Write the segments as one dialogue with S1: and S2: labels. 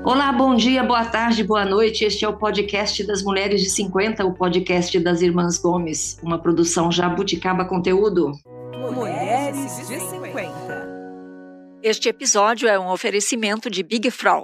S1: Olá, bom dia, boa tarde, boa noite. Este é o podcast das Mulheres de 50, o podcast das Irmãs Gomes, uma produção Jabuticaba Conteúdo.
S2: Mulheres de 50.
S3: Este episódio é um oferecimento de Big Frau.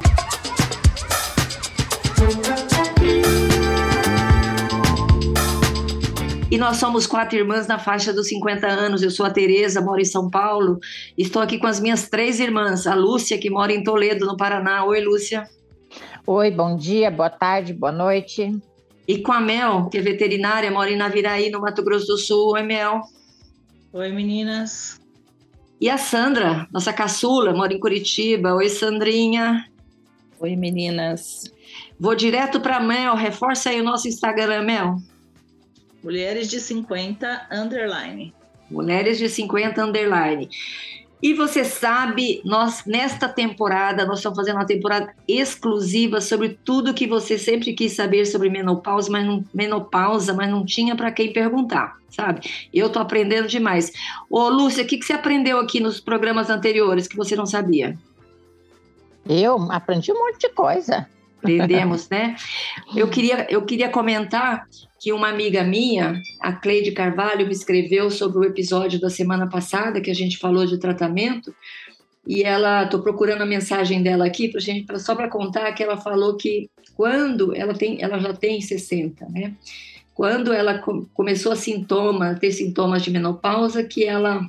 S1: E nós somos 4 irmãs na faixa dos 50 anos. Eu sou a Tereza, moro em São Paulo. Estou aqui com as minhas 3 irmãs. A Lúcia, que mora em Toledo, no Paraná. Oi, Lúcia.
S4: Oi, bom dia, boa tarde, boa noite.
S1: E com a Mel, que é veterinária, mora em Naviraí, no Mato Grosso do Sul. Oi, Mel.
S5: Oi, meninas.
S1: E a Sandra, nossa caçula, mora em Curitiba. Oi, Sandrinha.
S5: Oi, meninas.
S1: Vou direto para Mel. Reforça aí o nosso Instagram, Mel.
S5: Mulheres de 50, _.
S1: Mulheres de 50, _. E você sabe, nós nesta temporada, nós estamos fazendo uma temporada exclusiva sobre tudo que você sempre quis saber sobre menopausa, mas não tinha para quem perguntar, sabe? Eu tô aprendendo demais. Ô, Lúcia, o que você aprendeu aqui nos programas anteriores que você não sabia?
S4: Eu aprendi um monte de coisa.
S1: Aprendemos, né? Eu queria comentar que uma amiga minha, a Cleide Carvalho, me escreveu sobre o episódio da semana passada que a gente falou de tratamento, e estou procurando a mensagem dela aqui só para contar que ela falou que quando ela já tem 60, né? Quando ela começou a ter sintomas de menopausa, que ela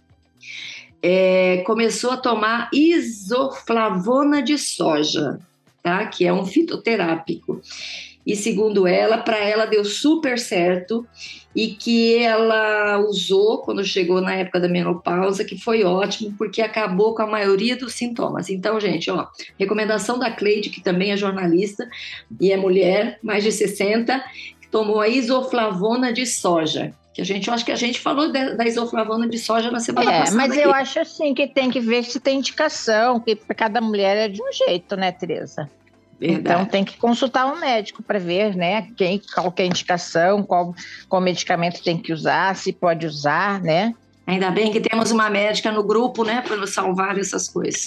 S1: começou a tomar isoflavona de soja, tá? Que é um fitoterápico. E segundo ela, para ela deu super certo e que ela usou quando chegou na época da menopausa, que foi ótimo, porque acabou com a maioria dos sintomas. Então, gente, recomendação da Cleide, que também é jornalista e é mulher, mais de 60, que tomou a isoflavona de soja. Acho que a gente falou da isoflavona de soja na semana passada.
S4: Mas eu acho assim que tem que ver se tem indicação, que cada mulher é de um jeito, né, Tereza? Verdade. Então tem que consultar um médico para ver, né, qual que é a indicação, qual medicamento tem que usar, se pode usar, né?
S1: Ainda bem que temos uma médica no grupo, né, para nos salvar essas coisas.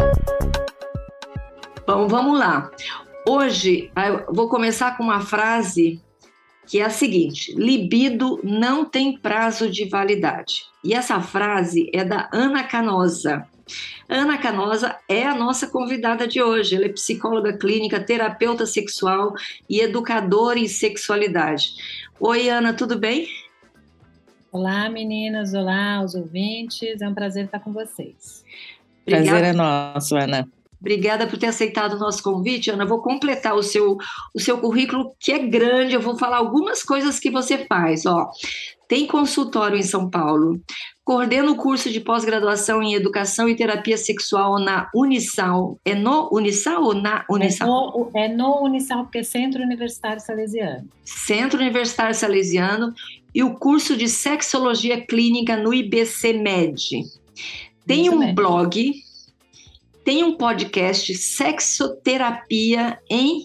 S1: Bom, vamos lá. Hoje eu vou começar com uma frase que é a seguinte: libido não tem prazo de validade. E essa frase é da Ana Canosa. Ana Canosa é a nossa convidada de hoje. Ela é psicóloga clínica, terapeuta sexual e educadora em sexualidade. Oi, Ana, tudo bem?
S6: Olá, meninas. Olá, os ouvintes. É um prazer estar com vocês.
S5: Obrigada. Prazer é nosso, Ana.
S1: Obrigada por ter aceitado o nosso convite, Ana. Vou completar o seu currículo, que é grande. Eu vou falar algumas coisas que você faz. Tem consultório em São Paulo, coordena o curso de pós-graduação em Educação e Terapia Sexual na Unisal. É no Unisal ou na Unisal?
S6: É no Unisal, porque é Centro Universitário Salesiano.
S1: Centro Universitário Salesiano. E o curso de Sexologia Clínica no IBCMed. Tem um blog... Tem um podcast, Sexoterapia,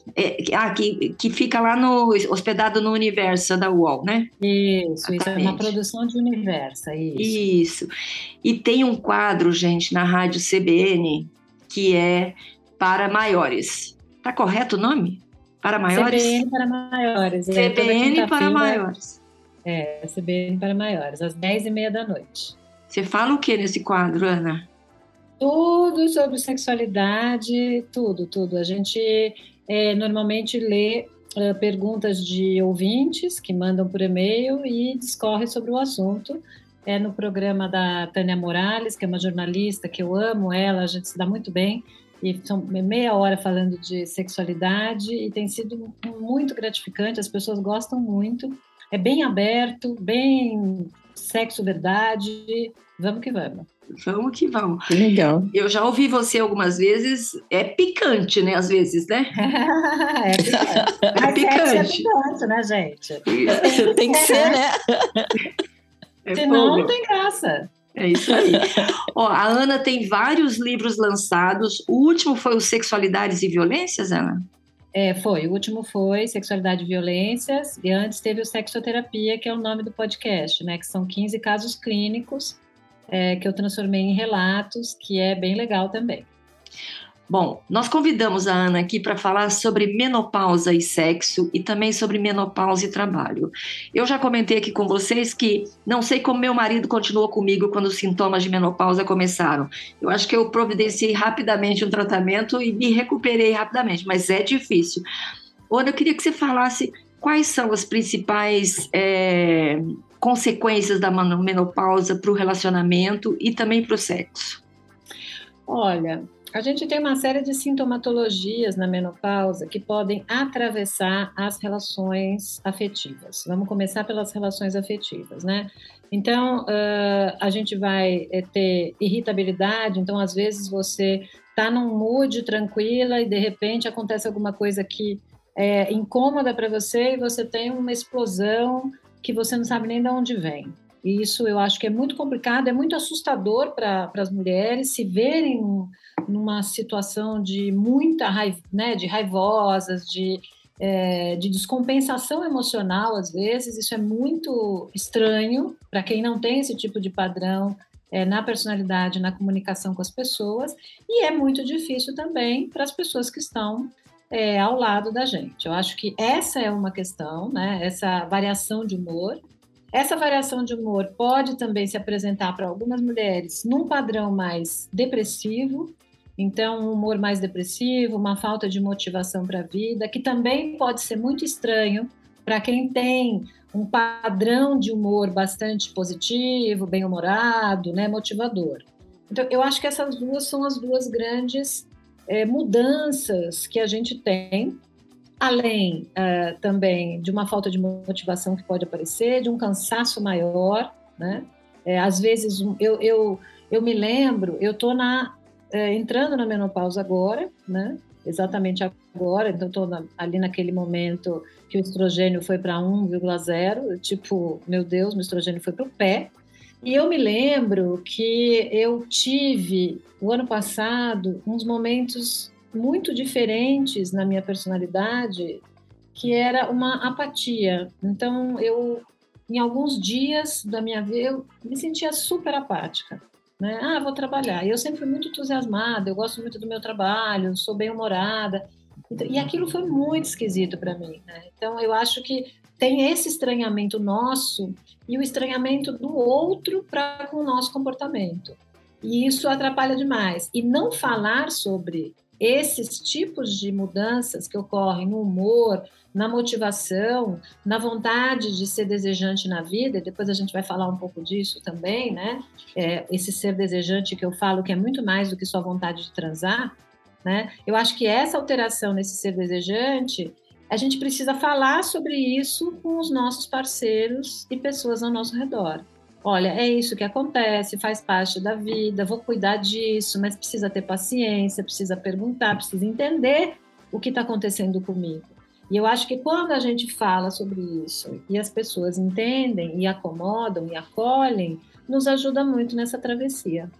S1: que fica lá hospedado no Universo da UOL, né?
S6: Isso é uma produção de Universo,
S1: Isso. E tem um quadro, gente, na rádio CBN, que é para maiores. Tá correto o nome? Para maiores?
S6: CBN para maiores.
S1: CBN para maiores.
S6: CBN para maiores, às 10h30 da noite.
S1: Você fala o que nesse quadro, Ana?
S6: Tudo sobre sexualidade, tudo. A gente normalmente lê perguntas de ouvintes que mandam por e-mail e discorre sobre o assunto. É no programa da Tânia Morales, que é uma jornalista que eu amo ela, a gente se dá muito bem. E são meia hora falando de sexualidade e tem sido muito gratificante, as pessoas gostam muito. É bem aberto, bem sexo verdade, vamos que vamos.
S1: Vamos que vamos.
S5: Que legal.
S1: Eu já ouvi você algumas vezes, é picante, né? Às vezes, né?
S6: É picante, né, gente?
S5: Tem que ser, né?
S6: Senão não tem graça.
S1: É isso aí. A Ana tem vários livros lançados. O último foi o Sexualidades e Violências, Ana?
S6: O último foi Sexualidade e Violências, e antes teve o Sexoterapia, que é o nome do podcast, né? Que são 15 casos clínicos que eu transformei em relatos, que é bem legal também.
S1: Bom, nós convidamos a Ana aqui para falar sobre menopausa e sexo e também sobre menopausa e trabalho. Eu já comentei aqui com vocês que não sei como meu marido continuou comigo quando os sintomas de menopausa começaram. Eu acho que eu providenciei rapidamente um tratamento e me recuperei rapidamente, mas é difícil. Ana, eu queria que você falasse quais são as principais consequências da menopausa para o relacionamento e também para o sexo.
S6: Olha, a gente tem uma série de sintomatologias na menopausa que podem atravessar as relações afetivas. Vamos começar pelas relações afetivas, né? Então, a gente vai ter irritabilidade, então, às vezes, você está num mood tranquila e, de repente, acontece alguma coisa que é incômoda para você e você tem uma explosão que você não sabe nem de onde vem. E isso eu acho que é muito complicado, é muito assustador para as mulheres se verem numa situação de muita raiva, né, de raivosas, de descompensação emocional, às vezes. Isso é muito estranho para quem não tem esse tipo de padrão na personalidade, na comunicação com as pessoas, e é muito difícil também para as pessoas que estão ao lado da gente. Eu acho que essa é uma questão, né, essa variação de humor. Essa variação de humor pode também se apresentar para algumas mulheres num padrão mais depressivo, então um humor mais depressivo, uma falta de motivação para a vida, que também pode ser muito estranho para quem tem um padrão de humor bastante positivo, bem-humorado, né, motivador. Então, eu acho que essas duas são as duas grandes mudanças que a gente tem, além também de uma falta de motivação que pode aparecer, de um cansaço maior, né? Às vezes, eu me lembro, eu estou entrando na menopausa agora, né? Exatamente agora, então estou ali naquele momento que o estrogênio foi para 1,0, tipo, meu Deus, meu estrogênio foi para o pé. E eu me lembro que eu tive, o ano passado, uns momentos muito diferentes na minha personalidade, que era uma apatia. Então, em alguns dias da minha vida, eu me sentia super apática, né? Vou trabalhar. E eu sempre fui muito entusiasmada, eu gosto muito do meu trabalho, sou bem-humorada. E aquilo foi muito esquisito para mim, né? Então, eu acho que tem esse estranhamento nosso e o estranhamento do outro com o nosso comportamento. E isso atrapalha demais. E não falar sobre esses tipos de mudanças que ocorrem no humor, na motivação, na vontade de ser desejante na vida, e depois a gente vai falar um pouco disso também, né? Esse ser desejante que eu falo que é muito mais do que só vontade de transar, né? Eu acho que essa alteração nesse ser desejante, a gente precisa falar sobre isso com os nossos parceiros e pessoas ao nosso redor. Olha, é isso que acontece, faz parte da vida, vou cuidar disso, mas precisa ter paciência, precisa perguntar, precisa entender o que está acontecendo comigo. E eu acho que quando a gente fala sobre isso e as pessoas entendem e acomodam e acolhem, nos ajuda muito nessa travessia.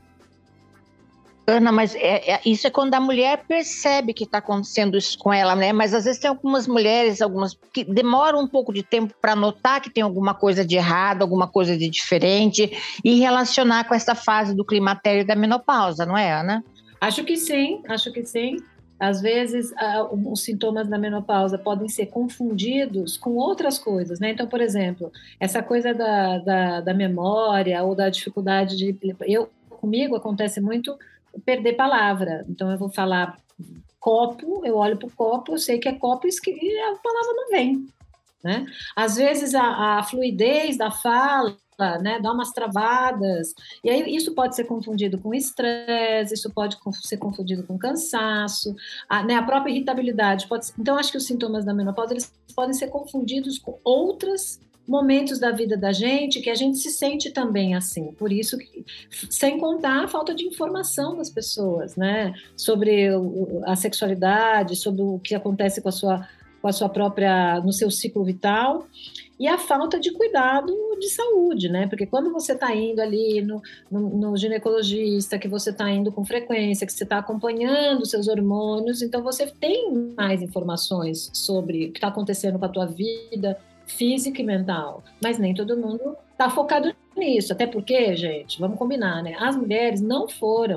S4: Ana, mas isso é quando a mulher percebe que está acontecendo isso com ela, né? Mas às vezes tem algumas mulheres, que demoram um pouco de tempo para notar que tem alguma coisa de errado, alguma coisa de diferente e relacionar com essa fase do climatério e da menopausa, não é, Ana?
S6: Acho que sim. Às vezes, os sintomas da menopausa podem ser confundidos com outras coisas, né? Então, por exemplo, essa coisa da memória ou da dificuldade comigo acontece muito perder palavra. Então, eu vou falar copo, eu olho para o copo, eu sei que é copo e a palavra não vem, né? Às vezes, a fluidez da fala, né, dá umas travadas, e aí isso pode ser confundido com estresse, isso pode ser confundido com cansaço, a própria irritabilidade pode ser. Então, acho que os sintomas da menopausa eles podem ser confundidos com outros momentos da vida da gente que a gente se sente também assim, por isso sem contar a falta de informação das pessoas, né, sobre a sexualidade, sobre o que acontece com a sua própria, no seu ciclo vital, e a falta de cuidado de saúde, né? Porque quando você está indo ali no ginecologista, que você está indo com frequência, que você está acompanhando os seus hormônios, então você tem mais informações sobre o que está acontecendo com a tua vida física e mental. Mas nem todo mundo está focado nisso, até porque, gente, vamos combinar, né? As mulheres não foram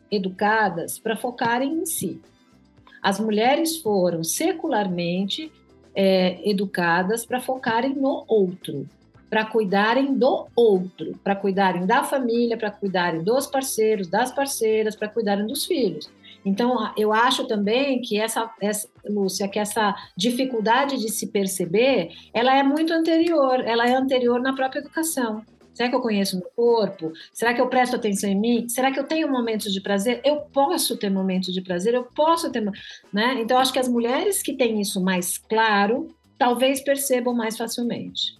S6: educadas para focarem em si. As mulheres foram secularmente educadas para focarem no outro, para cuidarem do outro, para cuidarem da família, para cuidarem dos parceiros, das parceiras, para cuidarem dos filhos. Então, eu acho também que Lúcia, que essa dificuldade de se perceber, ela é muito anterior, ela é anterior na própria educação. Será que eu conheço o meu corpo? Será que eu presto atenção em mim? Será que eu tenho momentos de prazer? Eu posso ter momentos de prazer? Eu posso ter... Né? Então, acho que as mulheres que têm isso mais claro, talvez percebam mais facilmente.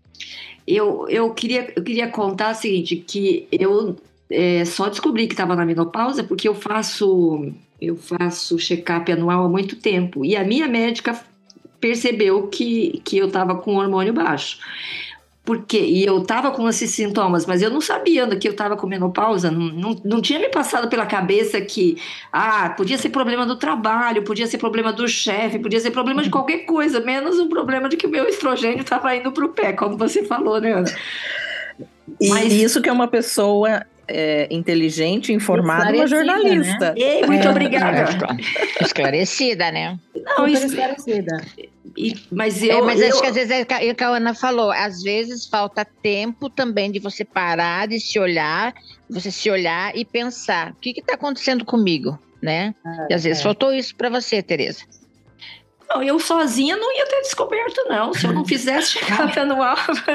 S1: Eu queria contar o seguinte, que eu só descobri que estava na menopausa porque eu faço check-up anual há muito tempo. E a minha médica percebeu que eu estava com hormônio baixo. E eu estava com esses sintomas, mas eu não sabia que eu estava com menopausa, não tinha me passado pela cabeça que podia ser problema do trabalho, podia ser problema do chefe, podia ser problema de qualquer coisa, menos o problema de que o meu estrogênio estava indo para o pé, como você falou, né, Ana?
S5: Mas isso que é uma pessoa inteligente, informada, uma jornalista.
S6: Né?
S1: Ei, muito obrigada.
S4: Esclarecida, né?
S6: Não, esclarecida.
S4: Mas acho que às vezes é o que a Ana falou, às vezes falta tempo também de você parar, de se olhar e pensar, o que está acontecendo comigo, né? E às vezes faltou isso para você, Tereza.
S1: Não, eu sozinha não ia ter descoberto, não. Se eu não fizesse check-up anual,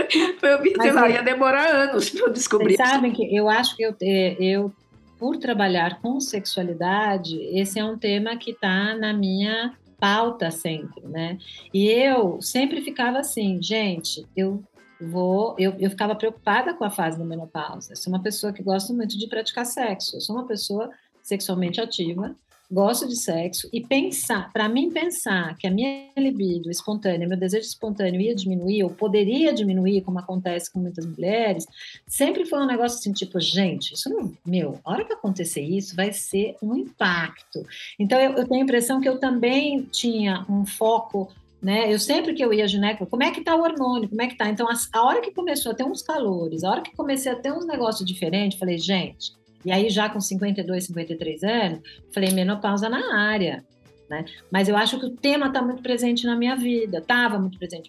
S1: ia demorar anos para eu descobrir.
S6: Vocês sabem que eu acho que eu, por trabalhar com sexualidade, esse é um tema que está na minha pauta sempre, né? E eu sempre ficava assim, gente, eu ficava preocupada com a fase da menopausa. Eu sou uma pessoa que gosta muito de praticar sexo, eu sou uma pessoa sexualmente ativa, gosto de sexo, e pensar que a minha libido espontânea, meu desejo espontâneo ia diminuir, ou poderia diminuir, como acontece com muitas mulheres, sempre foi um negócio assim, tipo, gente, isso não, a hora que acontecer isso, vai ser um impacto. Então, eu tenho a impressão que eu também tinha um foco, né? Eu sempre que eu ia gineco, como é que tá o hormônio, como é que tá? Então, a hora que começou a ter uns calores, a hora que comecei a ter uns negócios diferentes, falei, gente... E aí, já com 52, 53 anos, falei, menopausa na área, né? Mas eu acho que o tema está muito presente na minha vida, estava muito presente,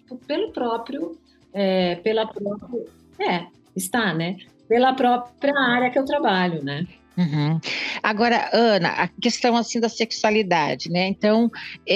S6: está, né? Pela própria área que eu trabalho, né?
S4: Uhum. Agora, Ana, a questão assim da sexualidade, né? Então,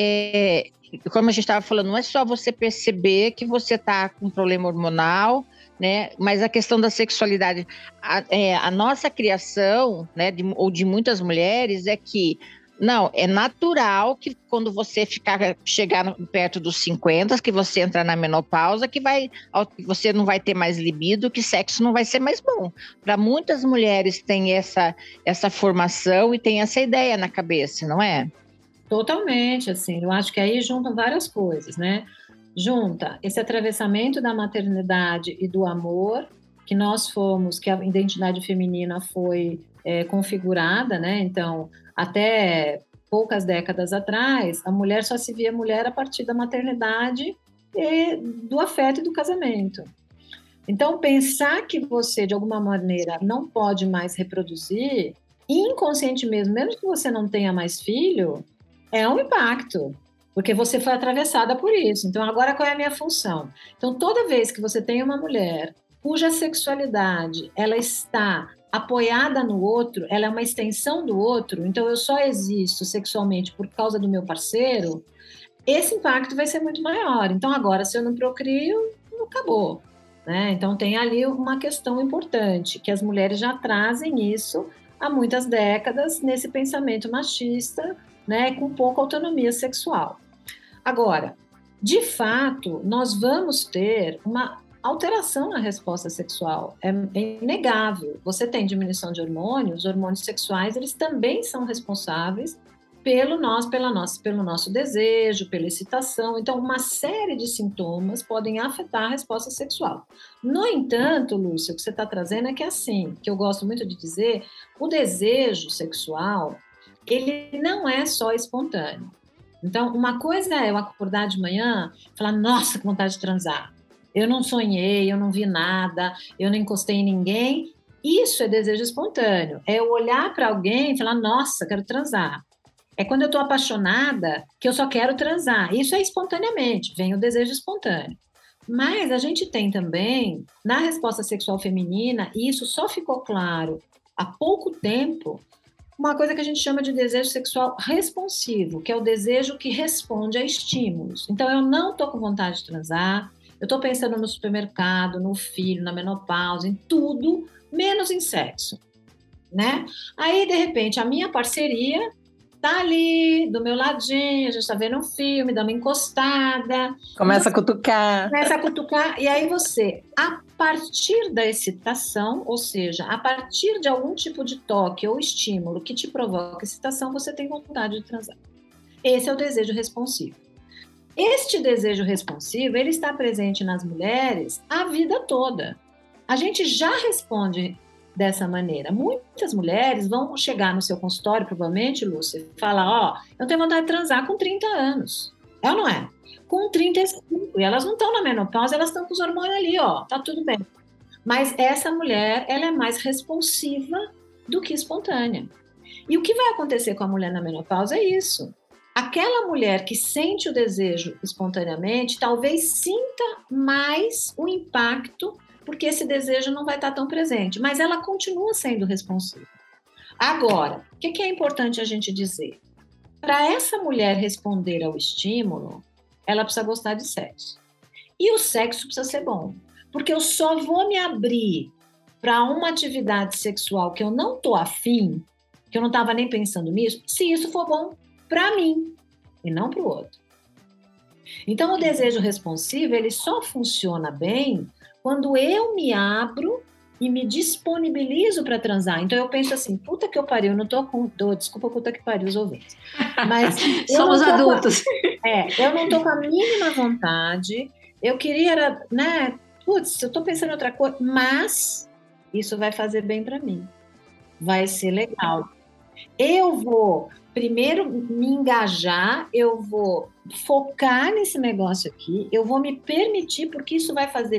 S4: como a gente estava falando, não é só você perceber que você está com problema hormonal, né? Mas a questão da sexualidade, a nossa criação, né, de muitas mulheres é que não, é natural que quando você chegar perto dos 50, que você entrar na menopausa, que você não vai ter mais libido, que sexo não vai ser mais bom. Para muitas mulheres tem essa formação e tem essa ideia na cabeça, não é?
S6: Totalmente, assim, eu acho que aí juntam várias coisas, né? Junta esse atravessamento da maternidade e do amor, que a identidade feminina foi configurada, né? Então, até poucas décadas atrás, a mulher só se via mulher a partir da maternidade e do afeto e do casamento. Então, pensar que você, de alguma maneira, não pode mais reproduzir, inconscientemente, mesmo que você não tenha mais filho, é um impacto. Porque você foi atravessada por isso. Então, agora qual é a minha função? Então, toda vez que você tem uma mulher cuja sexualidade ela está apoiada no outro, ela é uma extensão do outro, então eu só existo sexualmente por causa do meu parceiro, esse impacto vai ser muito maior. Então, agora, se eu não procrio, acabou. Né? Então, tem ali uma questão importante, que as mulheres já trazem isso há muitas décadas, nesse pensamento machista, né, com pouca autonomia sexual. Agora, de fato, nós vamos ter uma alteração na resposta sexual, é inegável. Você tem diminuição de hormônios, os hormônios sexuais, eles também são responsáveis pelo nosso desejo, pela excitação. Então, uma série de sintomas podem afetar a resposta sexual. No entanto, Lúcia, o que você está trazendo é que assim, que eu gosto muito de dizer, o desejo sexual, ele não é só espontâneo. Então, uma coisa é eu acordar de manhã e falar, nossa, que vontade de transar. Eu não sonhei, eu não vi nada, eu não encostei em ninguém, Isso é desejo espontâneo. É eu olhar para alguém e falar, nossa, quero transar. É quando eu estou apaixonada que eu só quero transar. Isso é espontaneamente, vem o desejo espontâneo. Mas a gente tem também, na resposta sexual feminina, e isso só ficou claro há pouco tempo, uma coisa que a gente chama de desejo sexual responsivo, que é o desejo que responde a estímulos. Então, eu não estou com vontade de transar, eu estou pensando no supermercado, no filho, na menopausa, em tudo, menos em sexo, né? Aí, de repente, a minha parceria tá ali, do meu ladinho, a gente tá vendo um filme, dá uma encostada.
S5: Começa a cutucar.
S6: Começa a cutucar, e aí você, a partir da excitação, ou seja, a partir de algum tipo de toque ou estímulo que te provoca excitação, você tem vontade de transar. Esse é o desejo responsivo. Este desejo responsivo, ele está presente nas mulheres a vida toda. A gente já responde dessa maneira. Muitas mulheres vão chegar no seu consultório, provavelmente, Lúcia, e falar, ó, eu tenho vontade de transar com 30 anos. É ou não é? Com 35. E elas não estão na menopausa, elas estão com os hormônios ali, ó, tá tudo bem. Mas essa mulher, ela é mais responsiva do que espontânea. E o que vai acontecer com a mulher na menopausa é isso. Aquela mulher que sente o desejo espontaneamente, talvez sinta mais o impacto, porque esse desejo não vai estar tão presente, mas ela continua sendo responsiva. Agora, o que é importante a gente dizer? Para essa mulher responder ao estímulo, ela precisa gostar de sexo. E o sexo precisa ser bom, porque eu só vou me abrir para uma atividade sexual que eu não estou afim, que eu não estava nem pensando nisso, se isso for bom para mim e não para o outro. Então, o desejo responsivo, ele só funciona bem quando eu me abro e me disponibilizo para transar. Então, eu penso assim, puta que eu pariu, eu não tô com dor, desculpa, puta que pariu os ouvintes. Mas
S1: somos adultos.
S6: Eu não tô com a mínima vontade, eu queria, né, putz, eu tô pensando em outra coisa, mas isso vai fazer bem para mim. Vai ser legal. Eu vou primeiro me engajar, eu vou focar nesse negócio aqui, eu vou me permitir, porque isso vai fazer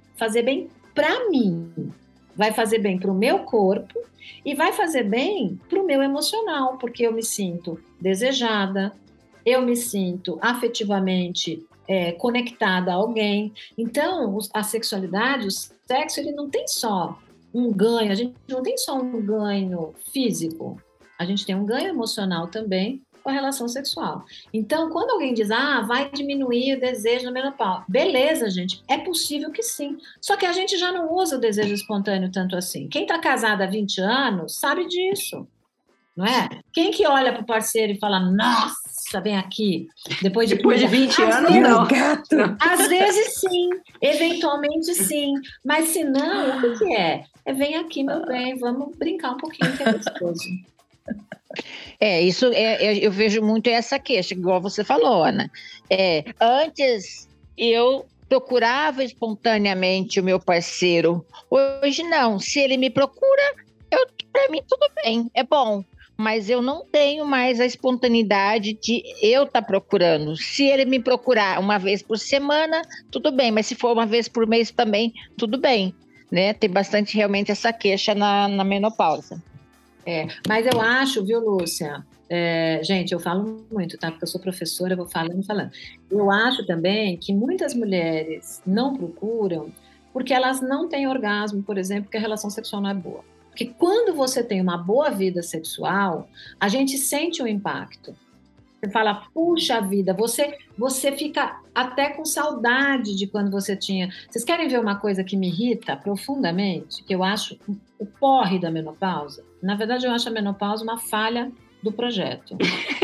S6: bem para mim, vai fazer bem para o meu corpo e vai fazer bem para o meu emocional, porque eu me sinto desejada, eu me sinto afetivamente conectada a alguém. Então, a sexualidade, o sexo, ele não tem só um ganho, a gente não tem só um ganho físico, a gente tem um ganho emocional também com a relação sexual. Então, quando alguém diz, vai diminuir o desejo na menopausa, beleza, gente, é possível que sim. Só que a gente já não usa o desejo espontâneo tanto assim. Quem está casado há 20 anos sabe disso, não é? Quem que olha para o parceiro e fala, nossa, vem aqui, depois de
S1: 20 anos, não.
S5: Gato.
S6: Às vezes sim, eventualmente sim, mas se não, o que é? Vem aqui, meu bem, vamos brincar um pouquinho, que é gostoso.
S4: Isso eu vejo muito essa queixa, igual você falou, Ana. Antes eu procurava espontaneamente o meu parceiro, hoje não. Se ele me procura, para mim tudo bem, é bom. Mas eu não tenho mais a espontaneidade de eu estar procurando. Se ele me procurar uma vez por semana, tudo bem. Mas se for uma vez por mês também, tudo bem. Né? Tem bastante realmente essa queixa na menopausa.
S6: Mas eu acho, viu, Lúcia? Gente, eu falo muito, tá? Porque eu sou professora, eu vou falando. Eu acho também que muitas mulheres não procuram porque elas não têm orgasmo, por exemplo, porque a relação sexual não é boa. Porque quando você tem uma boa vida sexual, a gente sente um impacto. Você fala, puxa vida, você fica até com saudade de quando você tinha... Vocês querem ver uma coisa que me irrita profundamente? Que eu acho o porre da menopausa? Na verdade, eu acho a menopausa uma falha do projeto.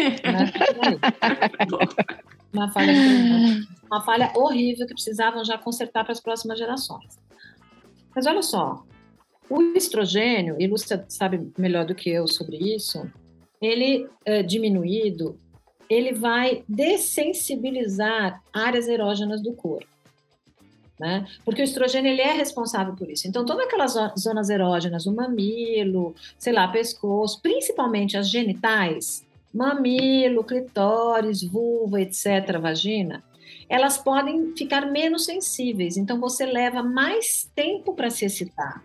S6: Uma falha horrível que precisavam já consertar para as próximas gerações. Mas olha só, o estrogênio, e Lúcia sabe melhor do que eu sobre isso, ele diminuído, ele vai dessensibilizar áreas erógenas do corpo, né? Porque o estrogênio, ele é responsável por isso. Então, todas aquelas zonas erógenas, o mamilo, sei lá, pescoço, principalmente as genitais, mamilo, clitóris, vulva, etc., vagina, elas podem ficar menos sensíveis. Então, você leva mais tempo para se excitar.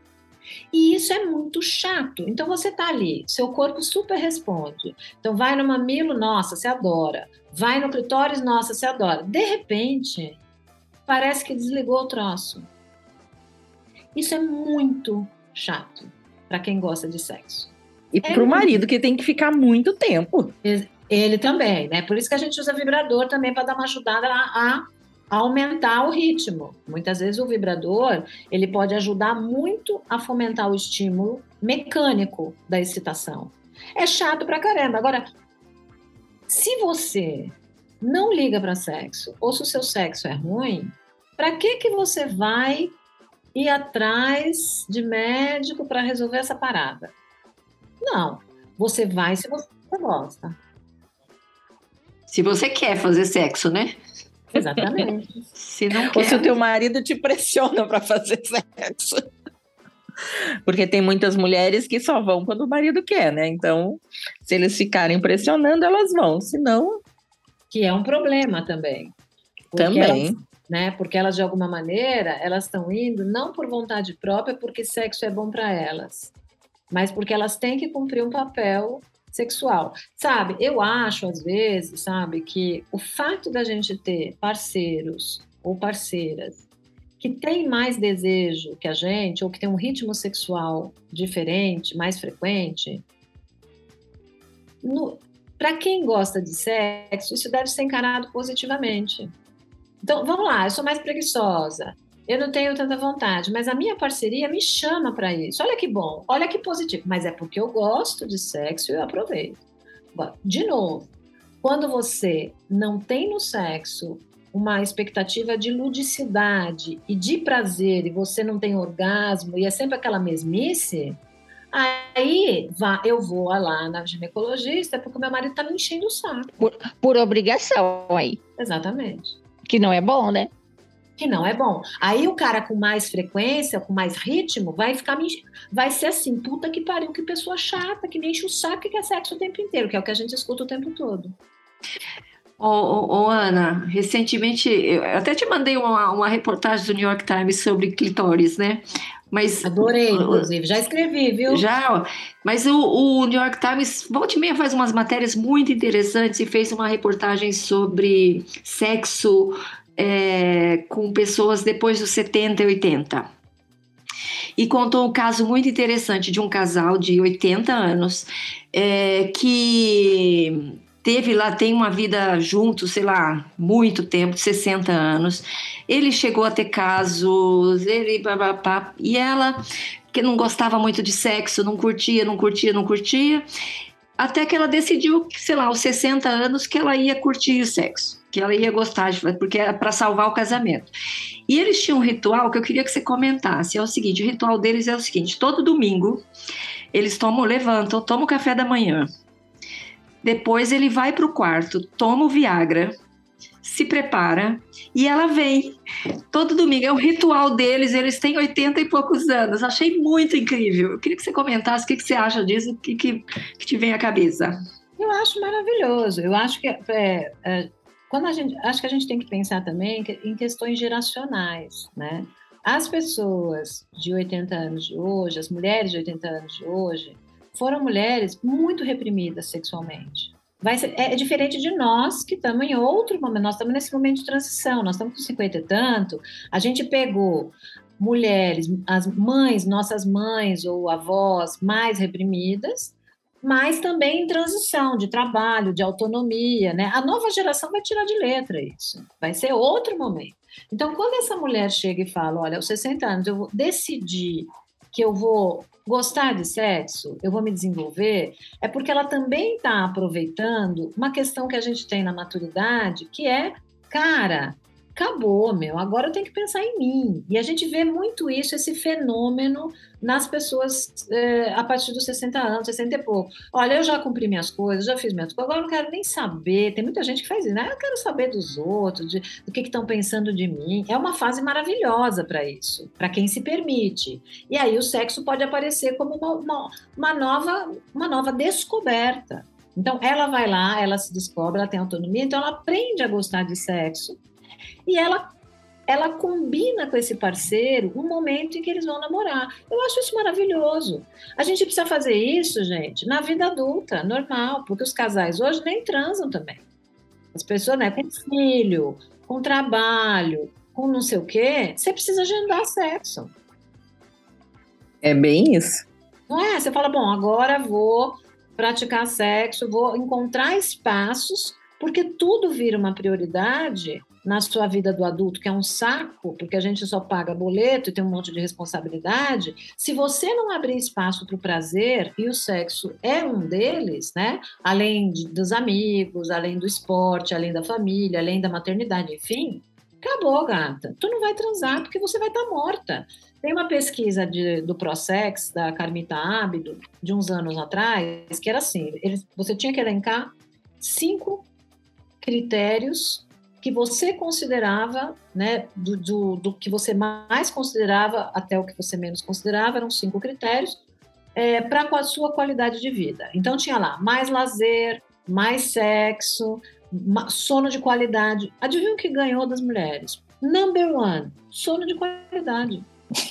S6: E isso é muito chato. Então você tá ali, seu corpo super responde. Então vai no mamilo, nossa, você adora. Vai no clitóris, nossa, você adora. De repente, parece que desligou o troço. Isso é muito chato para quem gosta de sexo.
S5: E para o marido, que tem que ficar muito tempo.
S6: Ele também, né? Por isso que a gente usa vibrador também para dar uma ajudada a aumentar o ritmo. Muitas vezes o vibrador, ele pode ajudar muito a fomentar o estímulo mecânico da excitação. É chato pra caramba. Agora, se você não liga para sexo, ou se o seu sexo é ruim, para que você vai ir atrás de médico para resolver essa parada? Não. Você vai se você gosta.
S1: Se você quer fazer sexo, né?
S6: Exatamente.
S1: Se não quer...
S5: Ou se o teu marido te pressiona para fazer sexo. Porque tem muitas mulheres que só vão quando o marido quer, né? Então, se eles ficarem pressionando, elas vão. Se não...
S6: Que é um problema também.
S5: Também.
S6: Porque elas, de alguma maneira, elas estão indo não por vontade própria, porque sexo é bom para elas, mas porque elas têm que cumprir um papel sexual. Sabe, eu acho, às vezes, sabe, que o fato da gente ter parceiros ou parceiras que têm mais desejo que a gente, ou que tem um ritmo sexual diferente, mais frequente, para quem gosta de sexo, isso deve ser encarado positivamente. Então, vamos lá, eu sou mais preguiçosa, eu não tenho tanta vontade, mas a minha parceria me chama para isso. Olha que bom, olha que positivo. Mas é porque eu gosto de sexo e eu aproveito. Agora, de novo, quando você não tem no sexo uma expectativa de ludicidade e de prazer, e você não tem orgasmo, e é sempre aquela mesmice, aí eu vou lá na ginecologista porque o meu marido está me enchendo o saco.
S4: Por obrigação aí.
S6: Exatamente.
S4: Que não é bom, né?
S6: Que não é bom. Aí o cara com mais frequência, com mais ritmo, vai ser assim, puta que pariu, que pessoa chata, que me enche o saco, que quer sexo o tempo inteiro, que é o que a gente escuta o tempo todo.
S1: Ana, recentemente, eu até te mandei uma reportagem do New York Times sobre clitóris, né? Mas,
S6: adorei, inclusive, já escrevi, viu?
S1: Já, mas o New York Times, volta e meia, faz umas matérias muito interessantes e fez uma reportagem sobre sexo com pessoas depois dos 70 e 80. E contou um caso muito interessante de um casal de 80 anos que tem uma vida junto, sei lá, muito tempo, 60 anos. Ele chegou a ter casos, e ela, que não gostava muito de sexo, não curtia, até que ela decidiu, sei lá, aos 60 anos, que ela ia curtir o sexo, que ela ia gostar, porque era para salvar o casamento. E eles tinham um ritual que eu queria que você comentasse, é o seguinte, o ritual deles é o seguinte, todo domingo, eles levantam, tomam o café da manhã, depois ele vai para o quarto, toma o Viagra, se prepara e ela vem todo domingo. É o ritual deles, eles têm 80 e poucos anos. Achei muito incrível. Eu queria que você comentasse o que você acha disso, o que te vem à cabeça.
S6: Eu acho maravilhoso. Eu acho que acho que a gente tem que pensar também em questões geracionais, né? As pessoas de 80 anos de hoje, as mulheres de 80 anos de hoje, foram mulheres muito reprimidas sexualmente. É diferente de nós que estamos em outro momento, nós estamos nesse momento de transição, nós estamos com 50 e tanto, a gente pegou mulheres, as mães, nossas mães ou avós mais reprimidas, mas também em transição de trabalho, de autonomia, né? A nova geração vai tirar de letra isso, vai ser outro momento. Então, quando essa mulher chega e fala, olha, aos 60 anos eu vou decidir que eu vou gostar de sexo, eu vou me desenvolver, é porque ela também está aproveitando uma questão que a gente tem na maturidade, que é, cara, acabou, agora eu tenho que pensar em mim. E a gente vê muito isso, esse fenômeno nas pessoas a partir dos 60 anos, 60 e pouco. Olha, eu já cumpri minhas coisas, já fiz minhas coisas, agora eu não quero nem saber. Tem muita gente que faz isso, né? Eu quero saber dos outros, do que estão pensando de mim. É uma fase maravilhosa para isso, para quem se permite. E aí o sexo pode aparecer como uma nova descoberta. Então, ela vai lá, ela se descobre, ela tem autonomia, então ela aprende a gostar de sexo. E ela ela combina com esse parceiro um momento em que eles vão namorar. Eu acho isso maravilhoso. A gente precisa fazer isso, gente, na vida adulta, normal, porque os casais hoje nem transam também. As pessoas, né, com filho, com trabalho, com não sei o quê, você precisa agendar sexo.
S5: É bem isso.
S6: Não é? Você fala, bom, agora vou praticar sexo, vou encontrar espaços, porque tudo vira uma prioridade na sua vida do adulto, que é um saco, porque a gente só paga boleto e tem um monte de responsabilidade. Se você não abrir espaço para o prazer, e o sexo é um deles, né? Além dos amigos, além do esporte, além da família, além da maternidade, enfim, acabou, gata. Tu não vai transar porque você vai estar morta. Tem uma pesquisa do Prosex, da Carmita Ábido, de uns anos atrás, que era assim, você tinha que elencar 5 critérios que você considerava, né, do que você mais considerava até o que você menos considerava, eram 5 critérios, para a sua qualidade de vida. Então tinha lá, mais lazer, mais sexo, sono de qualidade. Adivinha o que ganhou das mulheres? Number 1, sono de qualidade.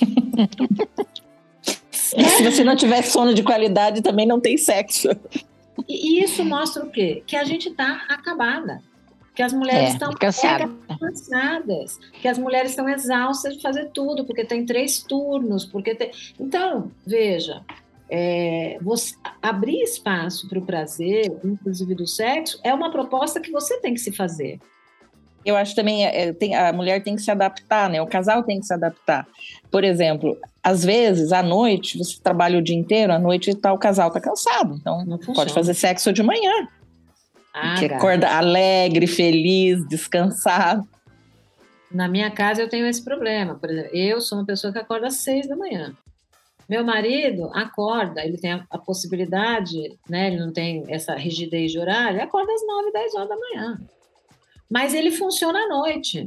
S5: Se você não tiver sono de qualidade, também não tem sexo.
S6: E isso mostra o quê? Que a gente está acabada. Que as mulheres estão cansadas, que as mulheres estão exaustas de fazer tudo, porque tem 3 turnos, Então, veja, você abrir espaço para o prazer, inclusive do sexo, é uma proposta que você tem que se fazer.
S5: Eu acho também, a mulher tem que se adaptar, né? O casal tem que se adaptar. Por exemplo, às vezes, à noite, você trabalha o dia inteiro, à noite o casal está cansado, então pode fazer sexo de manhã. Que acorda alegre, feliz, descansado.
S6: Na minha casa eu tenho esse problema. Por exemplo, eu sou uma pessoa que acorda às 6 da manhã. Meu marido acorda, ele tem a possibilidade, né? Ele não tem essa rigidez de horário, ele acorda às 9, 10 horas da manhã. Mas ele funciona à noite.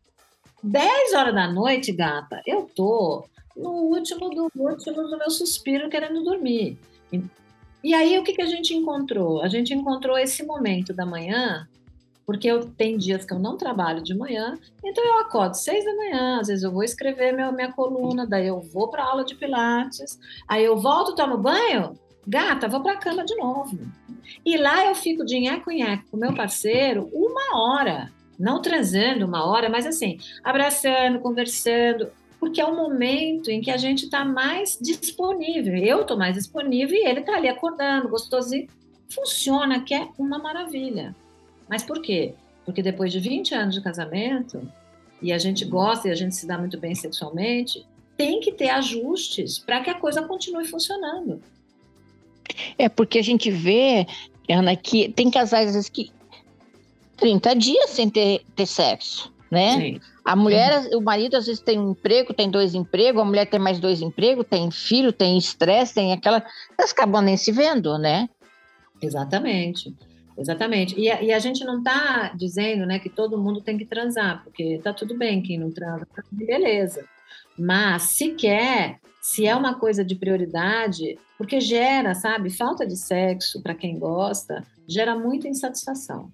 S6: 10 horas da noite, gata, eu tô no último do meu suspiro querendo dormir. E aí, o que a gente encontrou? A gente encontrou esse momento da manhã, porque tem dias que eu não trabalho de manhã, então eu acordo 6 da manhã, às vezes eu vou escrever minha coluna, daí eu vou para aula de pilates, aí eu volto, tomo banho, gata, vou para a cama de novo. E lá eu fico de nheco-nheco com o meu parceiro 1 hora, não transando 1 hora, mas assim, abraçando, conversando, porque é o momento em que a gente está mais disponível. Eu estou mais disponível e ele está ali acordando, gostosinho. Funciona, que é uma maravilha. Mas por quê? Porque depois de 20 anos de casamento, e a gente gosta e a gente se dá muito bem sexualmente, tem que ter ajustes para que a coisa continue funcionando.
S4: Porque a gente vê, Ana, que tem casais às vezes que 30 dias sem ter sexo, né?
S6: Sim.
S4: A mulher, o marido às vezes tem um emprego, tem 2 empregos, a mulher tem mais 2 empregos, tem filho, tem estresse, tem aquela... Elas acabam nem se vendo, né?
S6: Exatamente. E a gente não está dizendo, né, que todo mundo tem que transar, porque tá tudo bem quem não transa, tá tudo beleza. Mas se é uma coisa de prioridade, porque gera, sabe, falta de sexo para quem gosta, gera muita insatisfação.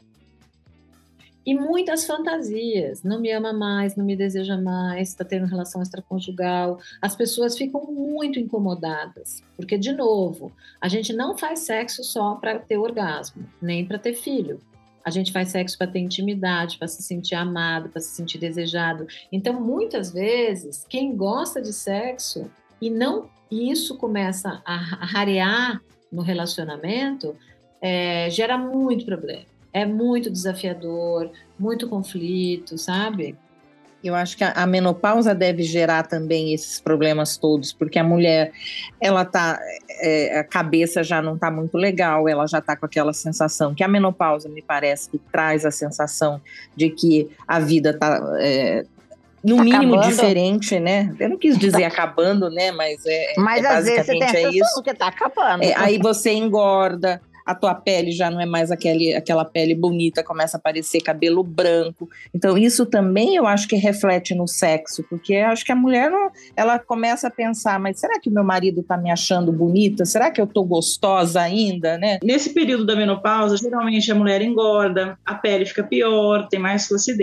S6: E muitas fantasias, não me ama mais, não me deseja mais, está tendo relação extraconjugal. As pessoas ficam muito incomodadas, porque, de novo, a gente não faz sexo só para ter orgasmo, nem para ter filho. A gente faz sexo para ter intimidade, para se sentir amado, para se sentir desejado. Então, muitas vezes, quem gosta de sexo e isso começa a rarear no relacionamento, gera muito problema. É muito desafiador, muito conflito, sabe?
S5: Eu acho que a menopausa deve gerar também esses problemas todos, porque a mulher, ela tá, a cabeça já não está muito legal, ela já está com aquela sensação, que a menopausa me parece que traz a sensação de que a vida está, no mínimo, acabando. Diferente, né? Eu não quis dizer acabando, né? Mas
S4: às vezes você tem a sensação que está acabando.
S5: Aí você engorda, a tua pele já não é mais aquela pele bonita, começa a aparecer cabelo branco. Então, isso também eu acho que reflete no sexo, porque eu acho que a mulher, ela começa a pensar, mas será que o meu marido tá me achando bonita? Será que eu tô gostosa ainda, né?
S7: Nesse período da menopausa, geralmente a mulher engorda, a pele fica pior, tem mais flacidez.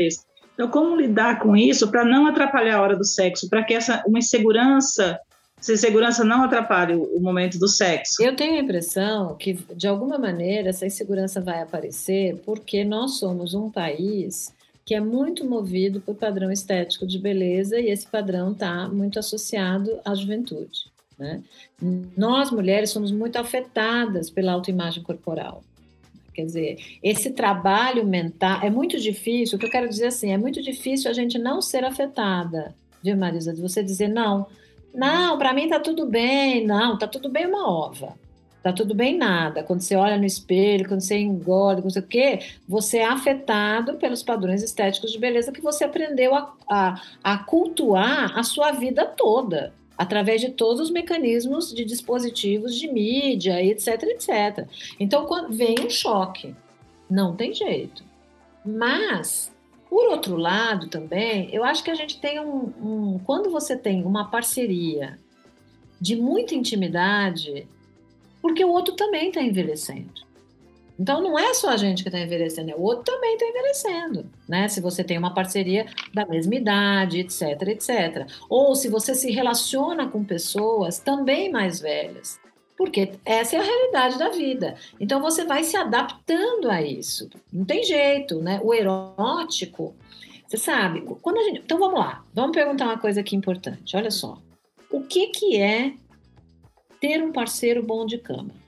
S7: Então, como lidar com isso para não atrapalhar a hora do sexo, para que essa insegurança não atrapalhe o momento do sexo?
S6: Eu tenho a impressão que, de alguma maneira, essa insegurança vai aparecer porque nós somos um país que é muito movido por padrão estético de beleza e esse padrão está muito associado à juventude, né? Nós, mulheres, somos muito afetadas pela autoimagem corporal. Quer dizer, esse trabalho mental é muito difícil. O que eu quero dizer assim, é muito difícil a gente não ser afetada, viu, Marisa? De você dizer, não, para mim tá tudo bem, não, tá tudo bem uma ova, tá tudo bem nada. Quando você olha no espelho, quando você engorda, não sei o quê, você é afetado pelos padrões estéticos de beleza que você aprendeu a cultuar a sua vida toda, através de todos os mecanismos de dispositivos de mídia, etc, etc. Então, quando vem um choque, não tem jeito. Mas, por outro lado também, eu acho que a gente tem quando você tem uma parceria de muita intimidade, porque o outro também está envelhecendo. Então, não é só a gente que está envelhecendo, o outro também está envelhecendo, né? Se você tem uma parceria da mesma idade, etc, etc. Ou se você se relaciona com pessoas também mais velhas, porque essa é a realidade da vida. Então, você vai se adaptando a isso. Não tem jeito, né? O erótico, você sabe, quando a gente... Então, vamos lá. Vamos perguntar uma coisa aqui importante. Olha só. O que é ter um parceiro bom de cama?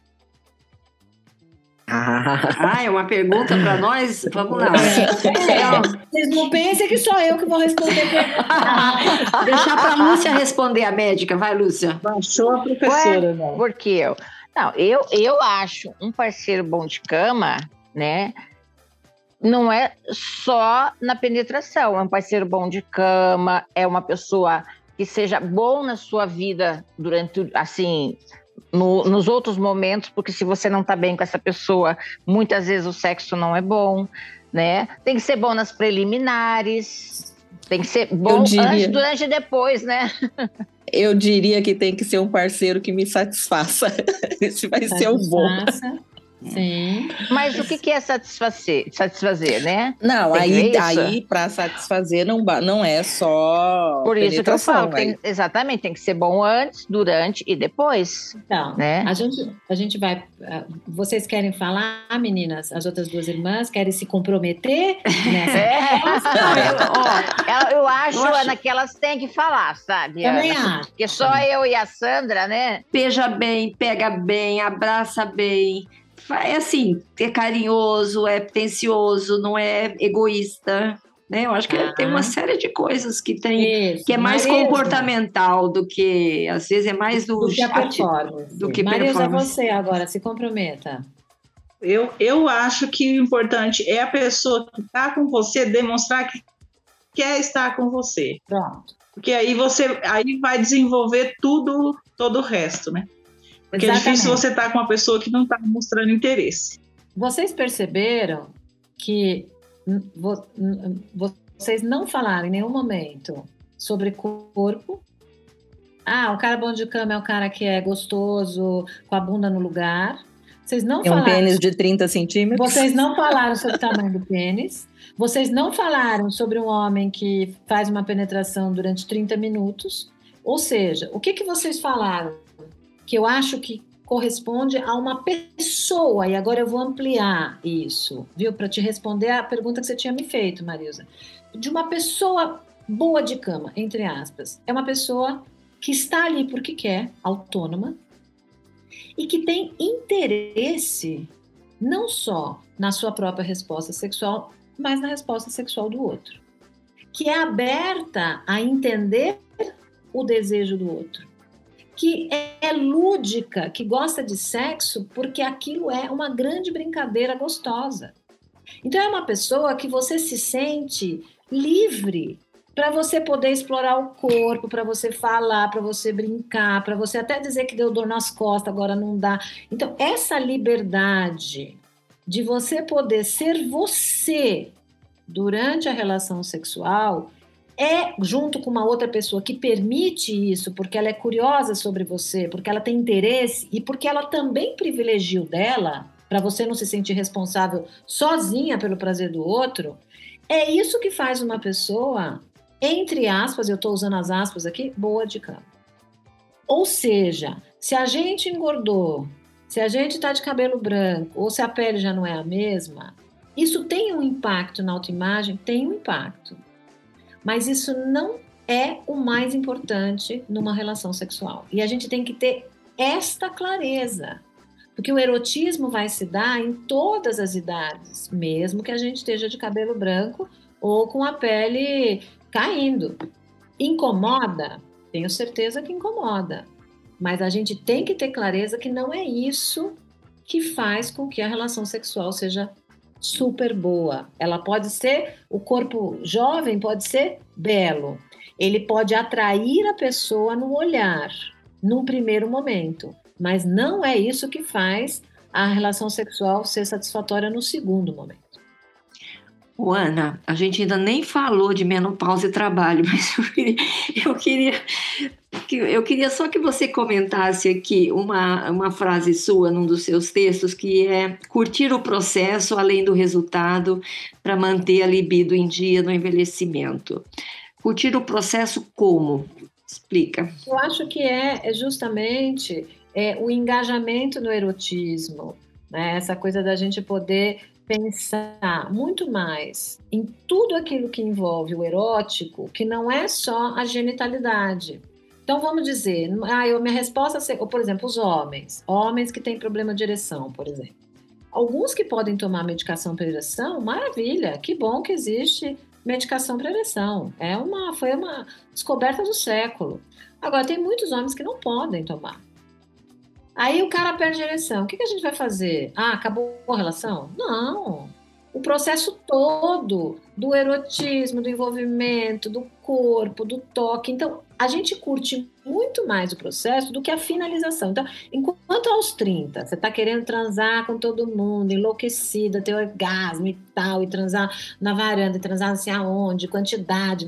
S1: É uma pergunta para nós? Vamos lá.
S6: Vocês não pensem que sou eu que vou responder.
S1: Deixar para a Lúcia responder, a médica. Vai, Lúcia.
S7: Baixou a professora.
S4: Ué, por que eu? Não, eu acho um parceiro bom de cama, né? Não é só na penetração. É um parceiro bom de cama, é uma pessoa que seja bom na sua vida durante, assim... nos outros momentos, porque se você não está bem com essa pessoa, muitas vezes o sexo não é bom, né? Tem que ser bom nas preliminares, tem que ser bom antes, durante e depois, né?
S5: Eu diria que tem que ser um parceiro que me satisfaça. Esse vai ser o bom.
S6: Sim.
S4: Mas o que é satisfazer, né?
S5: Não, aí para satisfazer não é só
S4: por isso que eu falo, exatamente, tem que ser bom antes, durante e depois.
S6: Então,
S4: né?
S6: a gente vai... Vocês querem falar, meninas? As outras duas irmãs querem se comprometer nessa?
S4: Eu acho, Ana, que elas têm que falar, sabe?
S6: Também acho.
S4: Porque só eu e a Sandra, né?
S1: Beija bem, pega bem, abraça bem. É assim, é carinhoso, é atencioso, não é egoísta, né? Eu acho que tem uma série de coisas que tem que é mais comportamental do que, às vezes, é mais do
S6: que a performance.
S1: Do que
S6: Marisa, você agora, se comprometa.
S7: Eu acho que o importante é a pessoa que está com você demonstrar que quer estar com você.
S6: Pronto.
S7: Porque aí vai desenvolver todo o resto, né? Porque exatamente. É difícil você estar com uma pessoa que não está mostrando interesse.
S6: Vocês perceberam que vocês não falaram em nenhum momento sobre corpo? O cara bom de cama é o cara que é gostoso, com a bunda no lugar. Vocês não falaram...
S5: um pênis de 30 centímetros.
S6: Vocês não falaram sobre o tamanho do pênis. Vocês não falaram sobre um homem que faz uma penetração durante 30 minutos. Ou seja, o que vocês falaram? Que eu acho que corresponde a uma pessoa, e agora eu vou ampliar isso, viu? Para te responder a pergunta que você tinha me feito, Marisa. De uma pessoa boa de cama, entre aspas. É uma pessoa que está ali porque quer, autônoma, e que tem interesse não só na sua própria resposta sexual, mas na resposta sexual do outro. Que é aberta a entender o desejo do outro. Que é lúdica, que gosta de sexo porque aquilo é uma grande brincadeira gostosa. Então é uma pessoa que você se sente livre para você poder explorar o corpo, para você falar, para você brincar, para você até dizer que deu dor nas costas, agora não dá. Então essa liberdade de você poder ser você durante a relação sexual junto com uma outra pessoa que permite isso, porque ela é curiosa sobre você, porque ela tem interesse e porque ela também privilegia o dela, para você não se sentir responsável sozinha pelo prazer do outro, É isso que faz uma pessoa, entre aspas, eu estou usando as aspas aqui, boa de cama. Ou seja, se a gente engordou, se a gente está de cabelo branco, ou se a pele já não é a mesma, isso tem um impacto na autoimagem? Tem um impacto. Mas isso não é o mais importante numa relação sexual. E a gente tem que ter esta clareza. Porque o erotismo vai se dar em todas as idades, mesmo que a gente esteja de cabelo branco ou com a pele caindo. Incomoda? Tenho certeza que incomoda. Mas a gente tem que ter clareza que não é isso que faz com que a relação sexual seja super boa. Ela pode ser, o corpo jovem pode ser belo. Ele pode atrair a pessoa no olhar, num primeiro momento. Mas não é isso que faz a relação sexual ser satisfatória no segundo momento.
S1: Ana, a gente ainda nem falou de menopausa e trabalho, mas eu queria só que você comentasse aqui uma frase sua num dos seus textos, que é curtir o processo além do resultado para manter a libido em dia no envelhecimento. Curtir o processo como? Explica.
S6: Eu acho que é justamente o engajamento no erotismo, né? Essa coisa da gente poder pensar muito mais em tudo aquilo que envolve o erótico, que não é só a genitalidade. Então, vamos dizer, minha resposta, por exemplo, os homens que têm problema de ereção, por exemplo. Alguns que podem tomar medicação para ereção, maravilha, que bom que existe medicação para ereção. Foi uma descoberta do século. Agora, tem muitos homens que não podem tomar. Aí o cara perde a ereção. O que a gente vai fazer? Acabou a relação? Não. O processo todo do erotismo, do envolvimento, do corpo, do toque. Então, a gente curte muito mais o processo do que a finalização. Então, enquanto aos 30, você está querendo transar com todo mundo, enlouquecida, ter orgasmo e tal, e transar na varanda, e transar assim aonde, quantidade,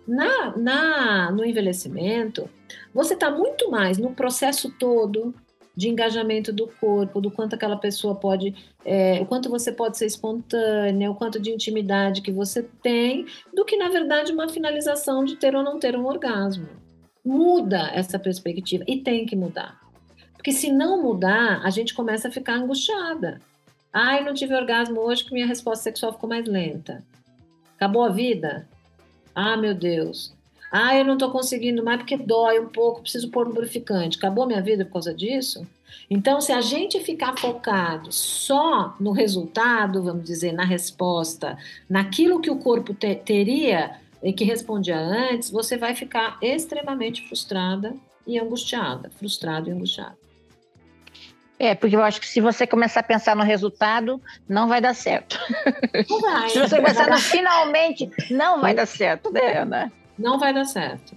S6: no envelhecimento, você está muito mais no processo todo de engajamento do corpo, do quanto aquela pessoa pode, o quanto você pode ser espontânea, o quanto de intimidade que você tem, do que, na verdade, uma finalização de ter ou não ter um orgasmo. Muda essa perspectiva, e tem que mudar. Porque se não mudar, a gente começa a ficar angustiada. Não tive orgasmo hoje porque minha resposta sexual ficou mais lenta. Acabou a vida? Meu Deus. Eu não estou conseguindo mais porque dói um pouco, preciso pôr lubrificante. Acabou a minha vida por causa disso? Então, se a gente ficar focado só no resultado, vamos dizer, na resposta, naquilo que o corpo teria e que respondia antes, você vai ficar extremamente frustrada e angustiada. Frustrado e angustiado.
S4: Porque eu acho que se você começar a pensar no resultado, não vai dar certo.
S6: Não vai.
S4: Se você começar no finalmente, não vai dar certo, né, Ana?
S6: Não vai dar certo.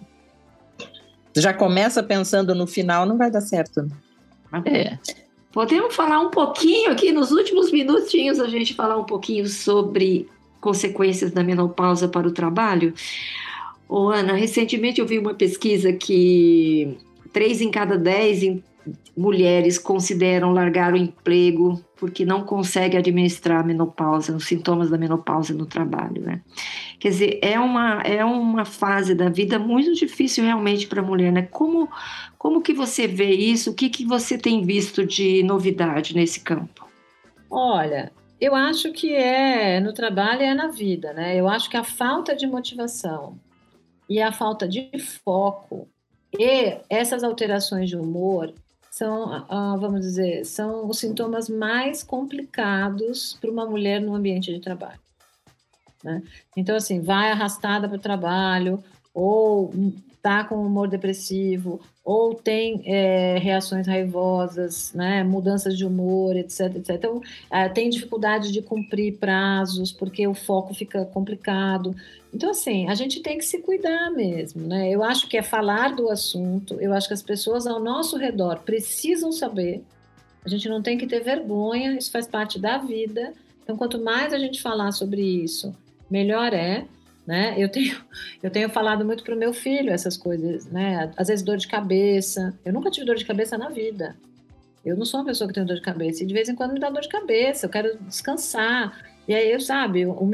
S5: Já começa pensando no final, não vai dar certo.
S1: Podemos falar um pouquinho aqui, nos últimos minutinhos, a gente falar um pouquinho sobre consequências da menopausa para o trabalho? Ana, recentemente eu vi uma pesquisa que 3 em cada 10 mulheres consideram largar o emprego porque não conseguem administrar a menopausa, os sintomas da menopausa no trabalho, né? Quer dizer, é uma fase da vida muito difícil realmente para a mulher, né? Como que você vê isso? O que você tem visto de novidade nesse campo?
S6: Olha, eu acho que no trabalho e na vida, né? Eu acho que a falta de motivação e a falta de foco e essas alterações de humor são, vamos dizer, são os sintomas mais complicados para uma mulher no ambiente de trabalho, né? Então, assim, vai arrastada para o trabalho, ou está com humor depressivo, ou tem reações raivosas, né? Mudanças de humor, etc, etc. Então, tem dificuldade de cumprir prazos, porque o foco fica complicado. Então, assim, a gente tem que se cuidar mesmo, né? Eu acho que é falar do assunto, eu acho que as pessoas ao nosso redor precisam saber, a gente não tem que ter vergonha, isso faz parte da vida. Então, quanto mais a gente falar sobre isso, melhor é, né? Eu tenho falado muito para o meu filho essas coisas, né? Às vezes dor de cabeça. Eu nunca tive dor de cabeça na vida. Eu não sou uma pessoa que tem dor de cabeça. E de vez em quando me dá dor de cabeça. Eu quero descansar. E aí, o meu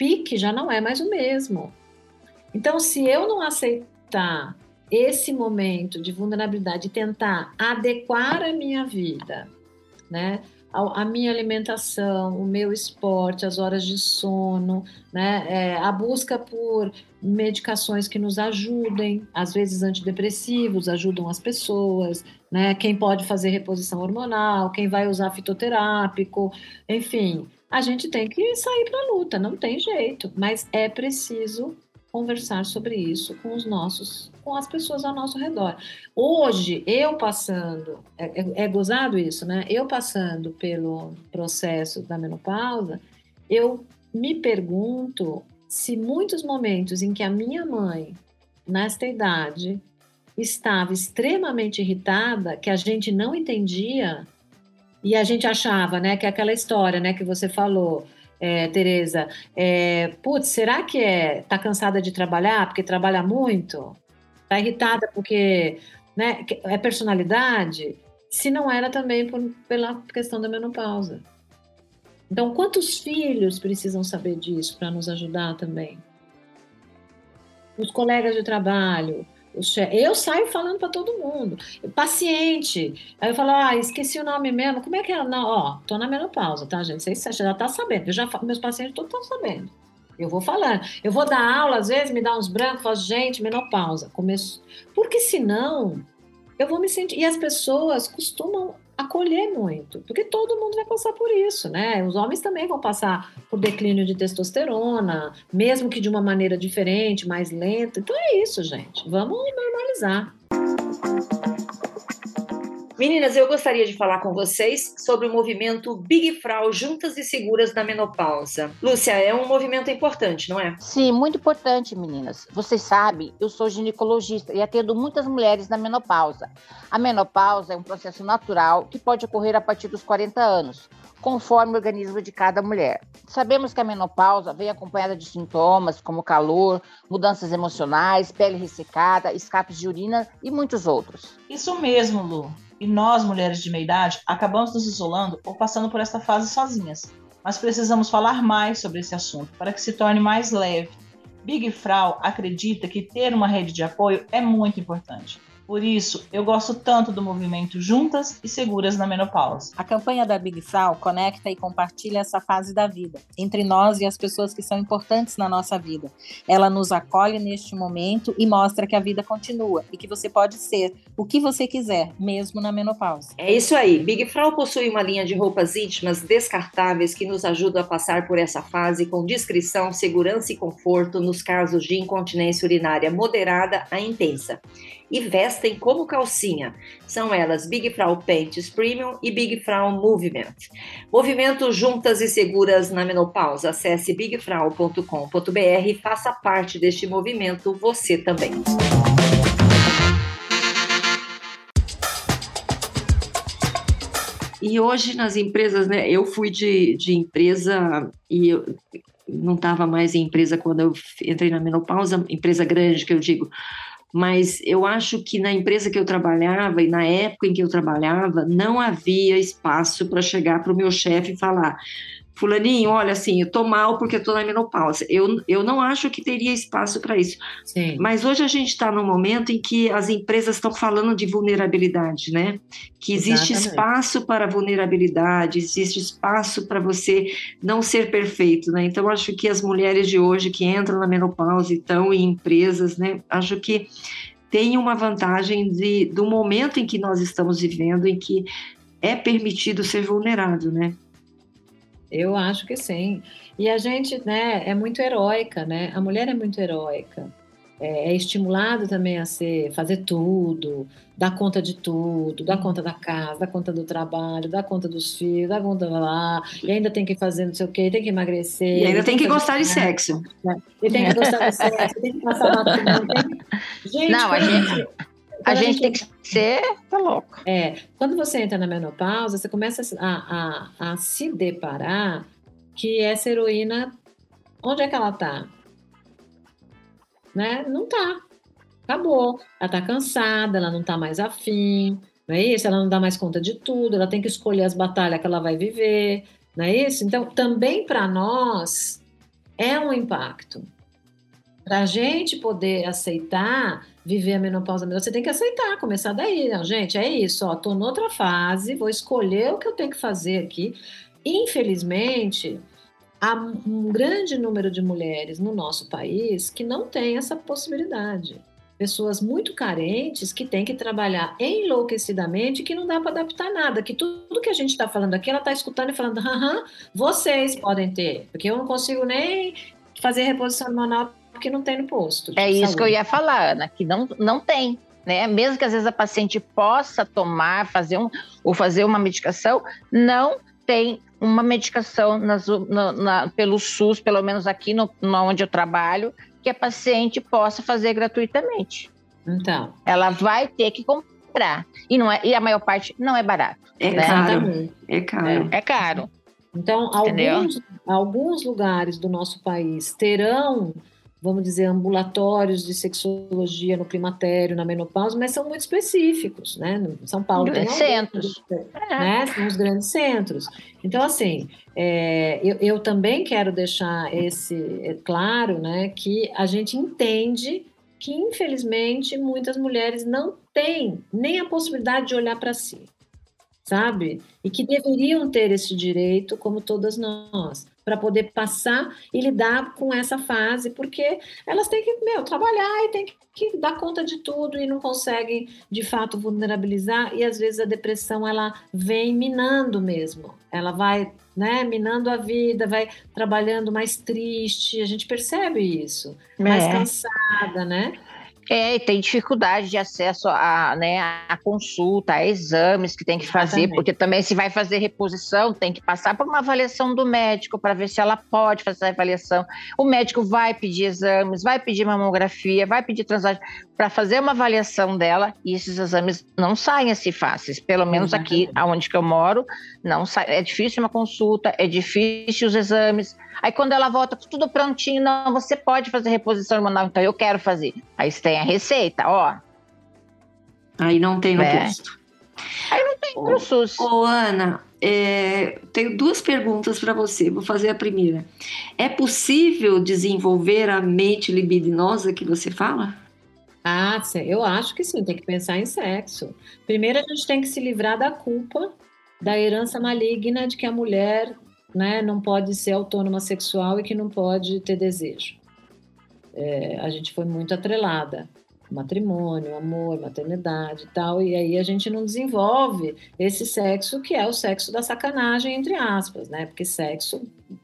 S6: pique já não é mais o mesmo. Então, se eu não aceitar esse momento de vulnerabilidade e tentar adequar a minha vida, né, a minha alimentação, o meu esporte, as horas de sono, né, a busca por medicações que nos ajudem, às vezes antidepressivos ajudam as pessoas, né, quem pode fazer reposição hormonal, quem vai usar fitoterápico, enfim, a gente tem que sair para a luta, não tem jeito, mas é preciso conversar sobre isso com as pessoas ao nosso redor. Hoje, eu passando, é gozado isso, né? Eu passando pelo processo da menopausa, eu me pergunto se muitos momentos em que a minha mãe, nesta idade, estava extremamente irritada, que a gente não entendia, e a gente achava, né, que é aquela história, né, que você falou, Tereza, putz, será que tá cansada de trabalhar porque trabalha muito? Tá irritada porque, né, é personalidade? Se não era também pela questão da menopausa. Então, quantos filhos precisam saber disso para nos ajudar também? Os colegas de trabalho, eu saio falando para todo mundo. Paciente. Aí eu falo, esqueci o nome mesmo. Como é que é? Não, tô na menopausa, tá, gente? Você já tá sabendo. Meus pacientes todos estão sabendo. Eu vou falando. Eu vou dar aula, às vezes me dá uns brancos, falo, gente, menopausa. Porque senão eu vou me sentir... E as pessoas costumam acolher muito, porque todo mundo vai passar por isso, né? Os homens também vão passar por declínio de testosterona, mesmo que de uma maneira diferente, mais lenta. Então é isso, gente. Vamos normalizar.
S1: Meninas, eu gostaria de falar com vocês sobre o movimento Big Frau Juntas e Seguras na Menopausa. Lúcia, é um movimento importante, não é?
S4: Sim, muito importante, meninas. Vocês sabem, eu sou ginecologista e atendo muitas mulheres na menopausa. A menopausa é um processo natural que pode ocorrer a partir dos 40 anos, conforme o organismo de cada mulher. Sabemos que a menopausa vem acompanhada de sintomas como calor, mudanças emocionais, pele ressecada, escapes de urina e muitos outros.
S7: Isso mesmo, Lu. E nós, mulheres de meia idade, acabamos nos isolando ou passando por esta fase sozinhas. Mas precisamos falar mais sobre esse assunto para que se torne mais leve. Big Frau acredita que ter uma rede de apoio é muito importante. Por isso, eu gosto tanto do movimento Juntas e Seguras na Menopausa.
S5: A campanha da Big Frau conecta e compartilha essa fase da vida, entre nós e as pessoas que são importantes na nossa vida. Ela nos acolhe neste momento e mostra que a vida continua e que você pode ser o que você quiser, mesmo na menopausa.
S1: É isso aí. Big Frau possui uma linha de roupas íntimas descartáveis que nos ajudam a passar por essa fase com discrição, segurança e conforto nos casos de incontinência urinária moderada a intensa. E vestem como calcinha. São elas Big Frau Panties Premium e Big Frau Movement. Movimento Juntas e Seguras na Menopausa. Acesse bigfrau.com.br e faça parte deste movimento você também. E hoje nas empresas, né, eu fui de empresa e eu não estava mais em empresa quando eu entrei na menopausa, empresa grande que eu digo, mas eu acho que na empresa que eu trabalhava e na época em que eu trabalhava, não havia espaço para chegar para o meu chefe e falar: fulaninho, olha, assim, eu tô mal porque eu tô na menopausa. Eu não acho que teria espaço para isso.
S6: Sim.
S1: Mas hoje a gente está num momento em que as empresas estão falando de vulnerabilidade, né? Que existe espaço para vulnerabilidade, existe espaço para você não ser perfeito, né? Então, acho que as mulheres de hoje que entram na menopausa e estão em empresas, né? Acho que tem uma vantagem do momento em que nós estamos vivendo, em que é permitido ser vulnerável, né?
S6: Eu acho que sim. E a gente, né, é muito heróica, né? A mulher é muito heróica. É estimulado também a fazer tudo, dar conta de tudo, dar conta da casa, dar conta do trabalho, dar conta dos filhos, dar conta lá, e ainda tem que fazer não sei o quê, tem que emagrecer.
S1: E ainda tem que gostar de sexo.
S6: E tem que gostar de sexo, tem que passar batom. Gente,
S4: não, a gente tem que ser, tá louco.
S6: Quando você entra na menopausa, você começa a se deparar que essa heroína, onde é que ela tá? Né? Não tá. Acabou. Ela tá cansada, ela não tá mais afim, não é isso? Ela não dá mais conta de tudo, ela tem que escolher as batalhas que ela vai viver, não é isso? Então, também para nós, é um impacto. Para a gente poder aceitar viver a menopausa melhor, você tem que aceitar, começar daí. Não, gente, é isso, ó, tô noutra fase, vou escolher o que eu tenho que fazer aqui. Infelizmente, há um grande número de mulheres no nosso país que não tem essa possibilidade. Pessoas muito carentes que têm que trabalhar enlouquecidamente, que não dá para adaptar nada, que tudo que a gente está falando aqui, ela está escutando e falando, vocês podem ter, porque eu não consigo nem fazer reposição hormonal porque não tem no posto.
S4: É isso que eu ia falar, Ana, que não tem. Né? Mesmo que às vezes a paciente possa tomar, fazer uma medicação, não tem uma medicação pelo SUS, pelo menos aqui onde eu trabalho, que a paciente possa fazer gratuitamente.
S6: Então,
S4: ela vai ter que comprar. E a maior parte não é barato.
S1: É
S4: né?
S1: caro. É caro.
S4: É caro.
S6: Então, alguns lugares do nosso país terão, vamos dizer, ambulatórios de sexologia no climatério, na menopausa, mas são muito específicos, né? Em São Paulo tem alguns
S4: centros,
S6: né? São os grandes centros. Então, assim, eu também quero deixar claro, né, que a gente entende que, infelizmente, muitas mulheres não têm nem a possibilidade de olhar para si, sabe? E que deveriam ter esse direito, como todas nós, para poder passar e lidar com essa fase, porque elas têm que trabalhar e têm que dar conta de tudo e não conseguem, de fato, vulnerabilizar, e às vezes a depressão ela vem minando mesmo, ela vai, né, minando a vida, vai trabalhando mais triste, a gente percebe isso, mais cansada, né?
S4: E tem dificuldade de acesso a consulta, a exames que tem que fazer, porque também se vai fazer reposição, tem que passar por uma avaliação do médico para ver se ela pode fazer a avaliação. O médico vai pedir exames, vai pedir mamografia, vai pedir transplante para fazer uma avaliação dela, e esses exames não saem assim fáceis, pelo menos aqui onde que eu moro, não sai, é difícil uma consulta, é difícil os exames. Aí quando ela volta tudo prontinho, não, você pode fazer reposição hormonal, então eu quero fazer. Aí você tem a receita, ó.
S1: Aí não tem no posto.
S4: Aí não tem pro SUS.
S1: Ana, tenho 2 perguntas para você. Vou fazer a primeira. É possível desenvolver a mente libidinosa que você fala?
S6: Eu acho que sim, tem que pensar em sexo. Primeiro a gente tem que se livrar da culpa, da herança maligna de que a mulher, né, não pode ser autônoma sexual e que não pode ter desejo. A gente foi muito atrelada. Matrimônio, amor, maternidade e tal, e aí a gente não desenvolve esse sexo que é o sexo da sacanagem, entre aspas, né? Porque sexo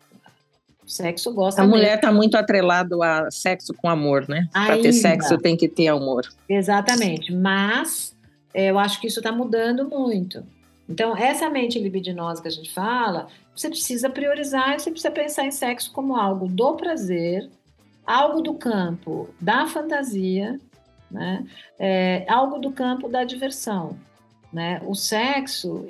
S6: gosta
S5: mesmo. A mulher está muito atrelado a sexo com amor, né? Para ter sexo tem que ter amor.
S6: Exatamente, mas eu acho que isso está mudando muito. Então, essa mente libidinosa que a gente fala, você precisa priorizar, você precisa pensar em sexo como algo do prazer, algo do campo da fantasia, né? Algo do campo da diversão, né? O sexo,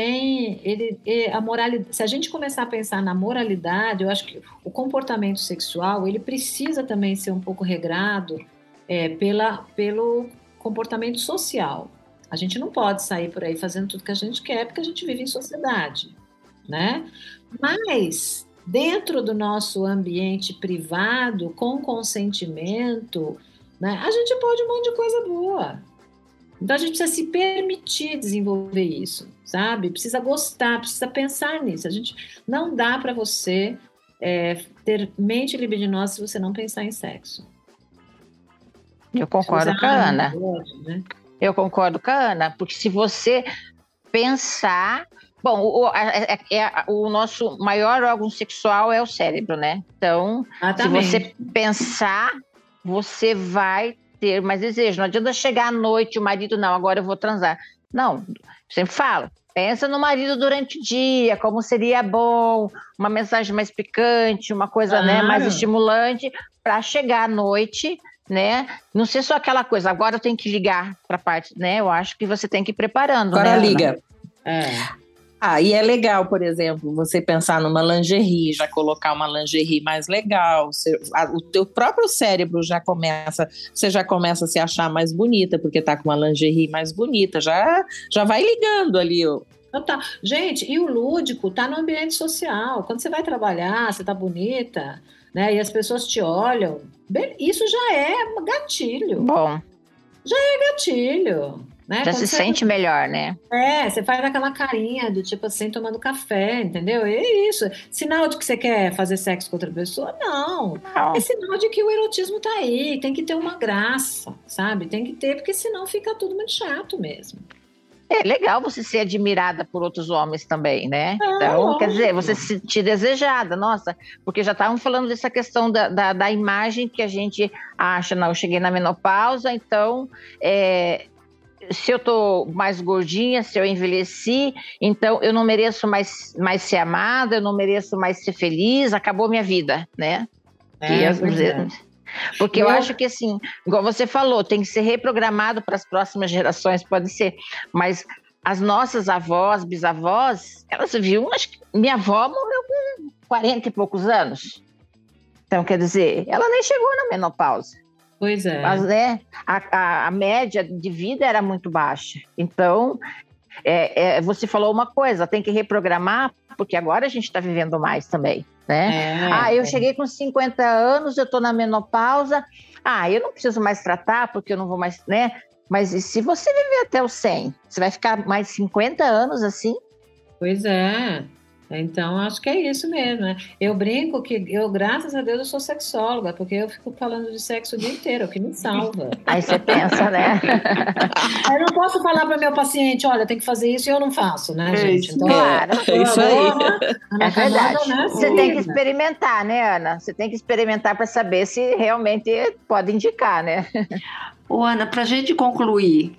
S6: a moralidade. Se a gente começar a pensar na moralidade, eu acho que o comportamento sexual ele precisa também ser um pouco regrado pelo comportamento social. A gente não pode sair por aí fazendo tudo que a gente quer, porque a gente vive em sociedade, né? Mas dentro do nosso ambiente privado, com consentimento, né, a gente pode um monte de coisa boa. Então a gente precisa se permitir desenvolver isso, sabe? Precisa gostar, precisa pensar nisso. Não dá para você ter mente libidinosa se você não pensar em sexo.
S4: Eu concordo com a Ana. Eu concordo com a Ana, porque se você pensar... Bom, o nosso maior órgão sexual é o cérebro, né? Então, se você pensar, você vai ter mais desejo. Não adianta chegar à noite, o marido, não, agora eu vou transar. Não, sempre falo, pensa no marido durante o dia, como seria bom, uma mensagem mais picante, uma coisa né, mais estimulante, para chegar à noite, né? Não ser só aquela coisa, agora eu tenho que ligar para a parte, né? Eu acho que você tem que ir preparando.
S5: Agora
S4: né,
S5: liga. E é legal, por exemplo, você pensar numa lingerie, já colocar uma lingerie mais legal, o teu próprio cérebro você já começa a se achar mais bonita, porque tá com uma lingerie mais bonita, já vai ligando ali
S6: Total. Gente, e o lúdico tá no ambiente social. Quando você vai trabalhar, você tá bonita, né? E as pessoas te olham. Isso já é gatilho.
S4: Bom.
S6: Gatilho. Né?
S4: Já
S6: Quando
S4: se sente melhor, né?
S6: Você faz aquela carinha do tipo assim, tomando café, entendeu? É isso. Sinal de que você quer fazer sexo com outra pessoa? Não. É sinal de que o erotismo tá aí, tem que ter uma graça, sabe? Tem que ter, porque senão fica tudo muito chato mesmo.
S4: É legal você ser admirada por outros homens também, né? Então, quer dizer, você se sentir desejada, nossa, porque já estavam falando dessa questão da imagem que a gente acha, não, eu cheguei na menopausa, então... se eu tô mais gordinha, se eu envelheci, então eu não mereço mais ser amada, eu não mereço mais ser feliz, acabou minha vida, né? Porque eu acho que, assim, igual você falou, tem que ser reprogramado para as próximas gerações, pode ser, mas as nossas avós, bisavós, elas viam, acho que minha avó morreu com 40 e poucos anos. Então, quer dizer, ela nem chegou na menopausa.
S6: Pois é.
S4: Mas, né, a média de vida era muito baixa. Então, você falou uma coisa, tem que reprogramar, porque agora a gente está vivendo mais também, né? Eu cheguei com 50 anos, eu estou na menopausa, eu não preciso mais tratar, porque eu não vou mais, né? Mas e se você viver até os 100, você vai ficar mais 50 anos assim?
S6: Pois é. Então, acho que é isso mesmo, né? Eu brinco que graças a Deus, eu sou sexóloga, porque eu fico falando de sexo o dia inteiro, é o que me salva.
S4: Aí você pensa, né?
S6: Eu não posso falar para meu paciente, olha, tem que fazer isso e eu não faço, né, gente? Então,
S4: claro.
S5: É isso aí.
S4: É verdade. Você tem que experimentar, né, Ana? Você tem que experimentar para saber se realmente pode indicar, né?
S1: Ô, Ana, para a gente concluir,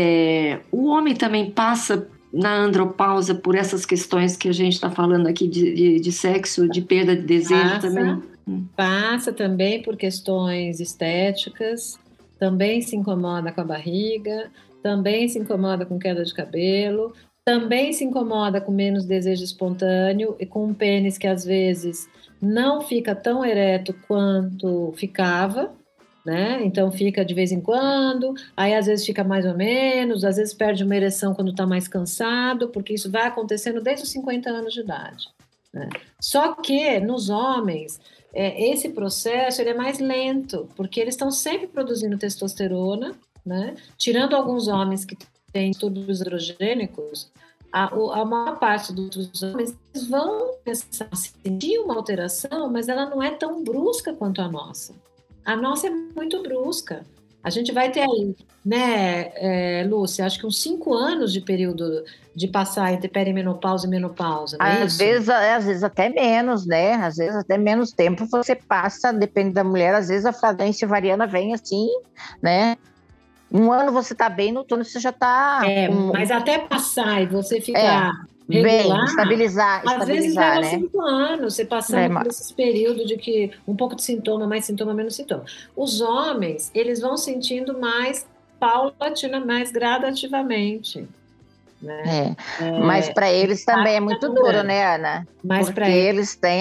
S1: o homem também passa na andropausa por essas questões que a gente está falando aqui de sexo, de perda de desejo também?
S6: Passa também por questões estéticas, também se incomoda com a barriga, também se incomoda com queda de cabelo, também se incomoda com menos desejo espontâneo e com um pênis que às vezes não fica tão ereto quanto ficava, né? Então fica de vez em quando, aí às vezes fica mais ou menos, às vezes perde uma ereção quando está mais cansado, porque isso vai acontecendo desde os 50 anos de idade, né? Só que nos homens, esse processo ele é mais lento, porque eles estão sempre produzindo testosterona, né? Tirando alguns homens que têm distúrbios androgênicos, a maior parte dos homens vão começar a sentir uma alteração, mas ela não é tão brusca quanto a nossa. A nossa é muito brusca. A gente vai ter aí, né, Lúcia, acho que uns 5 anos de período de passar entre perimenopausa e menopausa, não é
S4: às
S6: isso?
S4: Às vezes até menos, né? Às vezes até menos tempo você passa, depende da mulher. Às vezes a fladência ovariana vem assim, né? Um ano você tá bem, no outro você já tá...
S6: Mas até passar e você ficar...
S4: Bem, estabilizar,
S6: às vezes leva
S4: né?
S6: 5 anos, você passando por esses períodos de que um pouco de sintoma, mais sintoma, menos sintoma. Os homens, eles vão sentindo mais paulatina, mais gradativamente, né?
S4: Mas para eles também é muito duro, né, Ana?
S6: Mas
S4: porque eles têm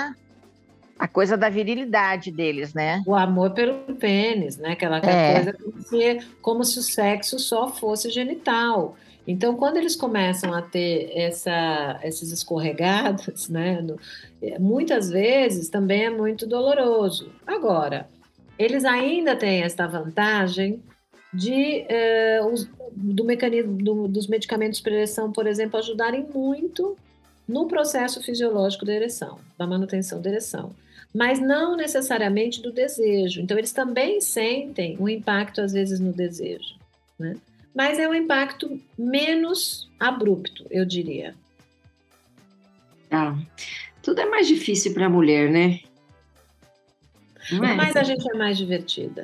S4: a coisa da virilidade deles, né? O
S6: amor pelo pênis, né? Aquela coisa como se o sexo só fosse genital. Então, quando eles começam a ter esses escorregados, né, muitas vezes também é muito doloroso. Agora, eles ainda têm esta vantagem do mecanismo dos medicamentos para ereção, por exemplo, ajudarem muito no processo fisiológico da ereção, da manutenção da ereção, mas não necessariamente do desejo. Então, eles também sentem um impacto, às vezes, no desejo, né? Mas é um impacto menos abrupto, eu diria.
S1: Tudo é mais difícil para a mulher, né?
S6: Mas a gente é mais divertida.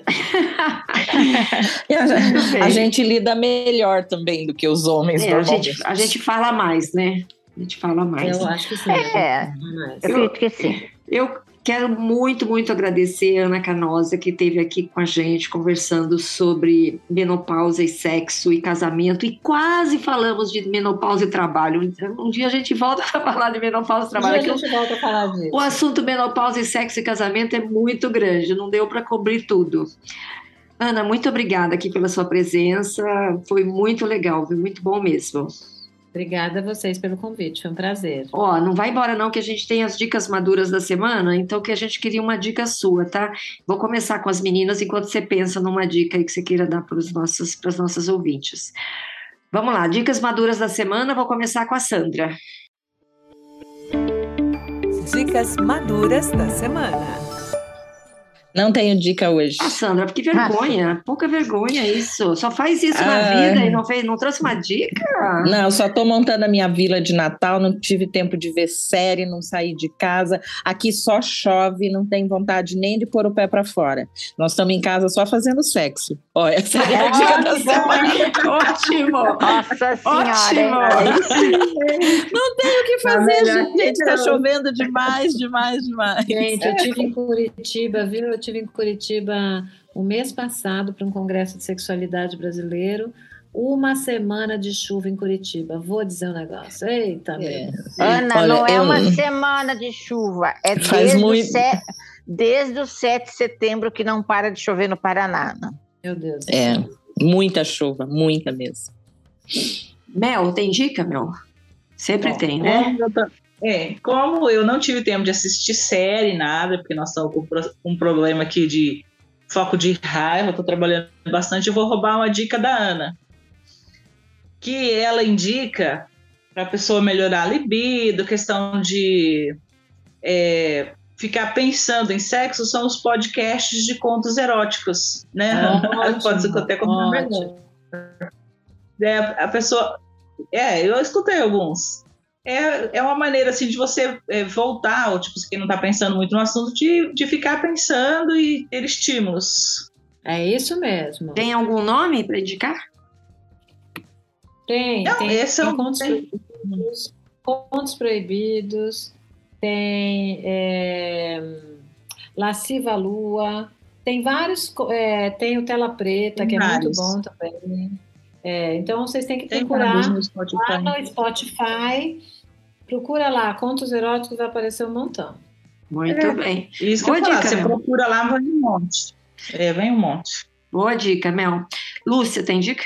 S5: A gente lida melhor também do que os homens.
S1: A gente fala mais, né? A gente fala mais.
S6: Eu acho que sim.
S4: Eu acredito que sim.
S1: Eu quero muito, muito agradecer a Ana Canosa, que esteve aqui com a gente, conversando sobre menopausa e sexo e casamento, e quase falamos de menopausa e trabalho. Um dia a gente volta a falar de menopausa e trabalho.
S6: A gente volta a falar disso.
S1: O assunto menopausa e sexo e casamento é muito grande, não deu para cobrir tudo. Ana, muito obrigada aqui pela sua presença, foi muito legal, foi muito bom mesmo.
S6: Obrigada a vocês pelo convite, foi um prazer.
S1: Ó, não vai embora não, que a gente tem as dicas maduras da semana, então que a gente queria uma dica sua, tá? Vou começar com as meninas enquanto você pensa numa dica aí que você queira dar para as nossas ouvintes. Vamos lá, dicas maduras da semana, vou começar com a Sandra.
S2: Dicas maduras da semana.
S5: Não tenho dica hoje.
S1: Ah, Sandra, que vergonha, pouca vergonha isso. Só faz isso na vida e não trouxe uma dica?
S5: Não, só estou montando a minha vila de Natal, não tive tempo de ver série, não saí de casa. Aqui só chove, não tem vontade nem de pôr o pé para fora. Nós estamos em casa só fazendo sexo. Ó, essa é a dica da semana.
S1: Ótimo!
S4: Nossa Senhora!
S5: Não tenho o que fazer, gente. Está chovendo demais.
S6: Gente, eu estive em Curitiba, viu? Eu estive em Curitiba o mês passado para um congresso de sexualidade brasileiro. Uma semana de chuva em Curitiba. Vou dizer um negócio. Eita, meu.
S4: Ana, olha, não é uma semana de chuva. É desde o 7 de setembro que não para de chover no Paraná.
S6: Meu Deus.
S5: Muita chuva, muita mesmo.
S1: Mel, tem dica, Mel? Sempre tem, né?
S7: Como eu não tive tempo de assistir série, nada, porque nós estamos com um problema aqui de foco de raiva, estou trabalhando bastante, eu vou roubar uma dica da Ana, que ela indica para a pessoa melhorar a libido, questão de ficar pensando em sexo, são os podcasts de contos eróticos, né? Pode ser até como a pessoa... eu escutei alguns. É uma maneira assim de você voltar, ou tipo, quem não está pensando muito no assunto, de ficar pensando e ter estímulos.
S6: É isso mesmo.
S1: Tem algum nome para indicar?
S6: Tem Contos Proibidos, tem Lasciva Lua, tem vários, tem o Tela Preta, que é muito bom também. Então vocês têm que procurar lá no Spotify. Procura lá, contos eróticos, vai aparecer um montão.
S1: Muito bem.
S7: Isso que eu falar, você procura lá, vem um monte. Vem um monte.
S1: Boa dica, Mel. Lúcia, tem dica?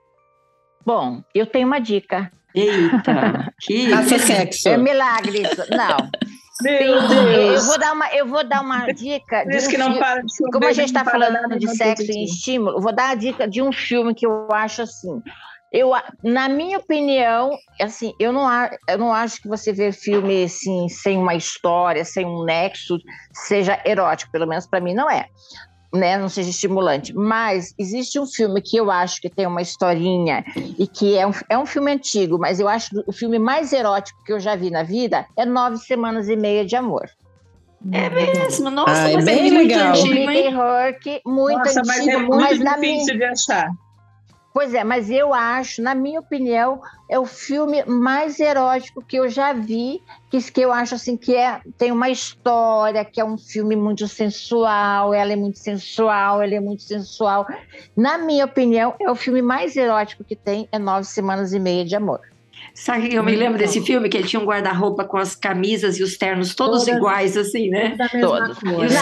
S4: Bom, eu tenho uma dica.
S1: Eita, que
S5: sexo.
S4: É milagre isso. Não.
S7: Meu Deus.
S4: Eu vou dar uma dica.
S7: Diz que não para de chover,
S4: como a gente está falando de sexo
S7: positivo.
S4: e estímulo, eu vou dar a dica de um filme que eu acho assim. Na minha opinião, assim, eu não acho que você ver filme assim, sem uma história, sem um nexo, seja erótico, pelo menos para mim não é, né? Não seja estimulante. Mas existe um filme que eu acho que tem uma historinha e que é um filme antigo, mas eu acho que o filme mais erótico que eu já vi na vida é 9 Semanas e Meia de Amor.
S1: É mesmo, nossa,
S5: é
S1: mas
S5: bem
S1: muito
S5: legal.
S1: antigo,
S4: Mickey Rourke, muito
S7: nossa,
S4: antigo,
S7: mas é muito
S4: mas
S7: difícil de achar.
S4: Pois é, mas eu acho, na minha opinião, é o filme mais erótico que eu já vi, que eu acho assim que tem uma história, que é um filme muito sensual, ela é muito sensual, ele é muito sensual. Na minha opinião, é o filme mais erótico que tem, é 9 Semanas e Meia de Amor.
S1: Sabe que eu me lembro desse filme, que ele tinha um guarda-roupa com as camisas e os ternos todos iguais, assim, né?
S4: Todos.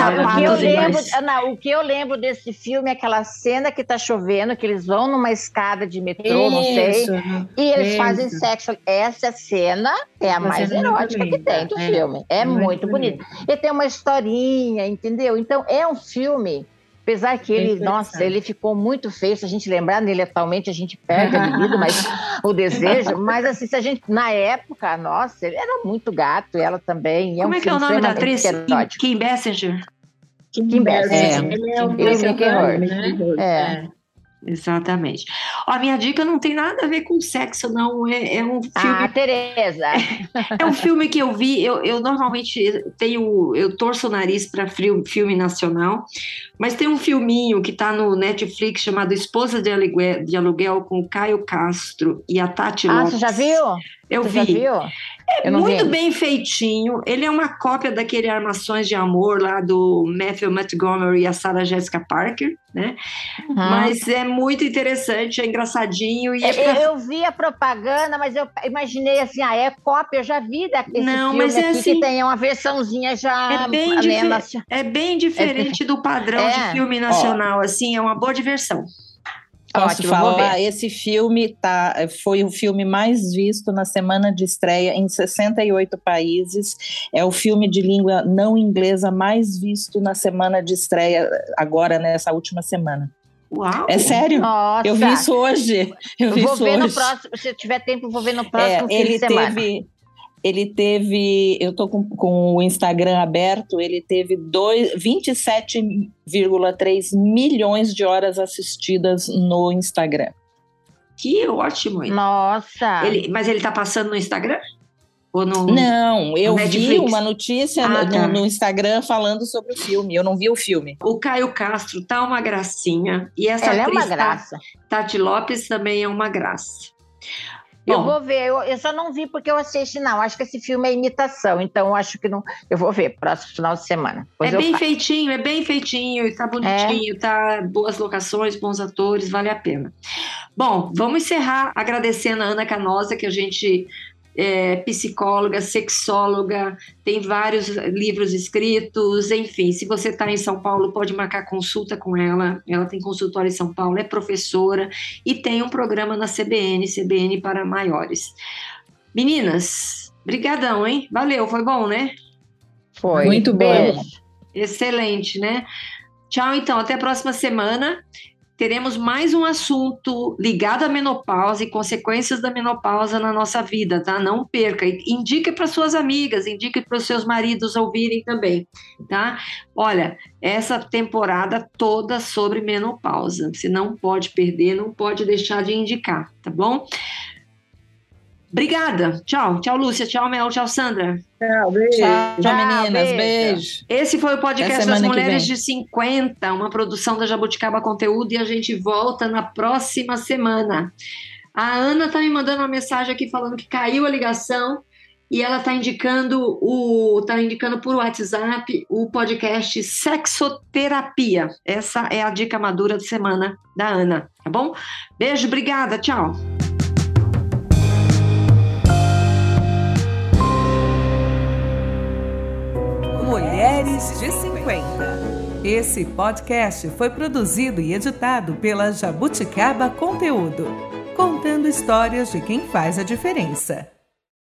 S4: O que eu lembro desse filme é aquela cena que tá chovendo, que eles vão numa escada de metrô, não sei, e eles fazem sexo. Essa cena é a mais erótica que tem do filme. É muito bonita. E tem uma historinha, entendeu? Então, é um filme... Apesar que ele ficou muito feio, se a gente lembrar nele atualmente, a gente perde a libido, mas o desejo. Mas assim, se a gente, na época, nossa, ele era muito gato, ela também.
S1: Como é que é o nome da atriz? Kim Basinger?
S4: Kim Basinger.
S6: Ele é o
S4: Mickey Rourke, né?
S1: Exatamente. A minha dica não tem nada a ver com sexo, não. É um filme...
S4: Ah, Tereza!
S1: É um filme que eu vi, eu normalmente eu torço o nariz para filme nacional, mas tem um filminho que está no Netflix chamado Esposa de Aluguel com o Caio Castro e a Tati Lopes.
S4: Você já viu?
S1: Eu vi.
S4: Já viu?
S1: É muito bem feitinho. Ele é uma cópia daquele Armações de Amor lá do Matthew Montgomery e a Sarah Jessica Parker, né? Mas é muito interessante, é engraçadinho. E
S4: eu vi a propaganda, mas eu imaginei assim, é cópia, eu já vi desse filme
S1: mas
S4: aqui
S1: assim,
S4: que tem uma versãozinha já...
S1: É bem diferente do padrão de filme nacional, assim, é uma boa diversão.
S5: Posso falar? Esse filme foi o filme mais visto na semana de estreia em 68 países. É o filme de língua não inglesa mais visto na semana de estreia, agora nessa última semana.
S1: Uau!
S5: É sério?
S4: Nossa.
S5: Eu vi isso hoje. Eu vou ver
S4: no próximo, se tiver tempo, eu vou ver no próximo fim de semana.
S5: Ele teve, eu tô com o Instagram aberto, ele teve 27,3 milhões de horas assistidas no Instagram.
S1: Que ótimo!
S4: Nossa!
S1: Mas ele tá passando no Instagram? Ou
S5: não, eu vi uma notícia no Instagram falando sobre o filme, eu não vi o filme.
S1: O Caio Castro tá uma gracinha, e essa
S4: atriz
S1: é uma graça. Tati Lopes também é uma graça.
S4: Eu vou ver, eu só não vi porque eu assisti, não. Acho que esse filme é imitação, então acho que não. Eu vou ver, próximo final de semana.
S1: É bem feitinho, e tá bonitinho, tá boas locações, bons atores, vale a pena. Bom, vamos encerrar agradecendo a Ana Canosa, que a gente é psicóloga, sexóloga, tem vários livros escritos, enfim, se você está em São Paulo, pode marcar consulta com ela tem consultório em São Paulo, é professora e tem um programa na CBN para maiores. Meninas, brigadão, hein? Valeu, foi bom, né?
S4: Foi.
S5: Muito bom.
S1: Excelente, né? Tchau, então, até a próxima semana. Teremos mais um assunto ligado à menopausa e consequências da menopausa na nossa vida, tá? Não perca. Indique para suas amigas, indique para os seus maridos ouvirem também, tá? Olha, essa temporada toda sobre menopausa. Você não pode perder, não pode deixar de indicar, tá bom? Obrigada. Tchau. Tchau, Lúcia. Tchau, Mel. Tchau, Sandra.
S5: Tchau, beijo. Tchau, meninas. Beijo.
S1: Esse foi o podcast das Mulheres de 50, uma produção da Jabuticaba Conteúdo, e a gente volta na próxima semana. A Ana tá me mandando uma mensagem aqui falando que caiu a ligação e ela tá indicando por WhatsApp o podcast Sexoterapia. Essa é a dica madura da semana da Ana, tá bom? Beijo, obrigada. Tchau.
S2: Mulheres de 50. Esse podcast foi produzido e editado pela Jabuticaba Conteúdo, contando histórias de quem faz a diferença.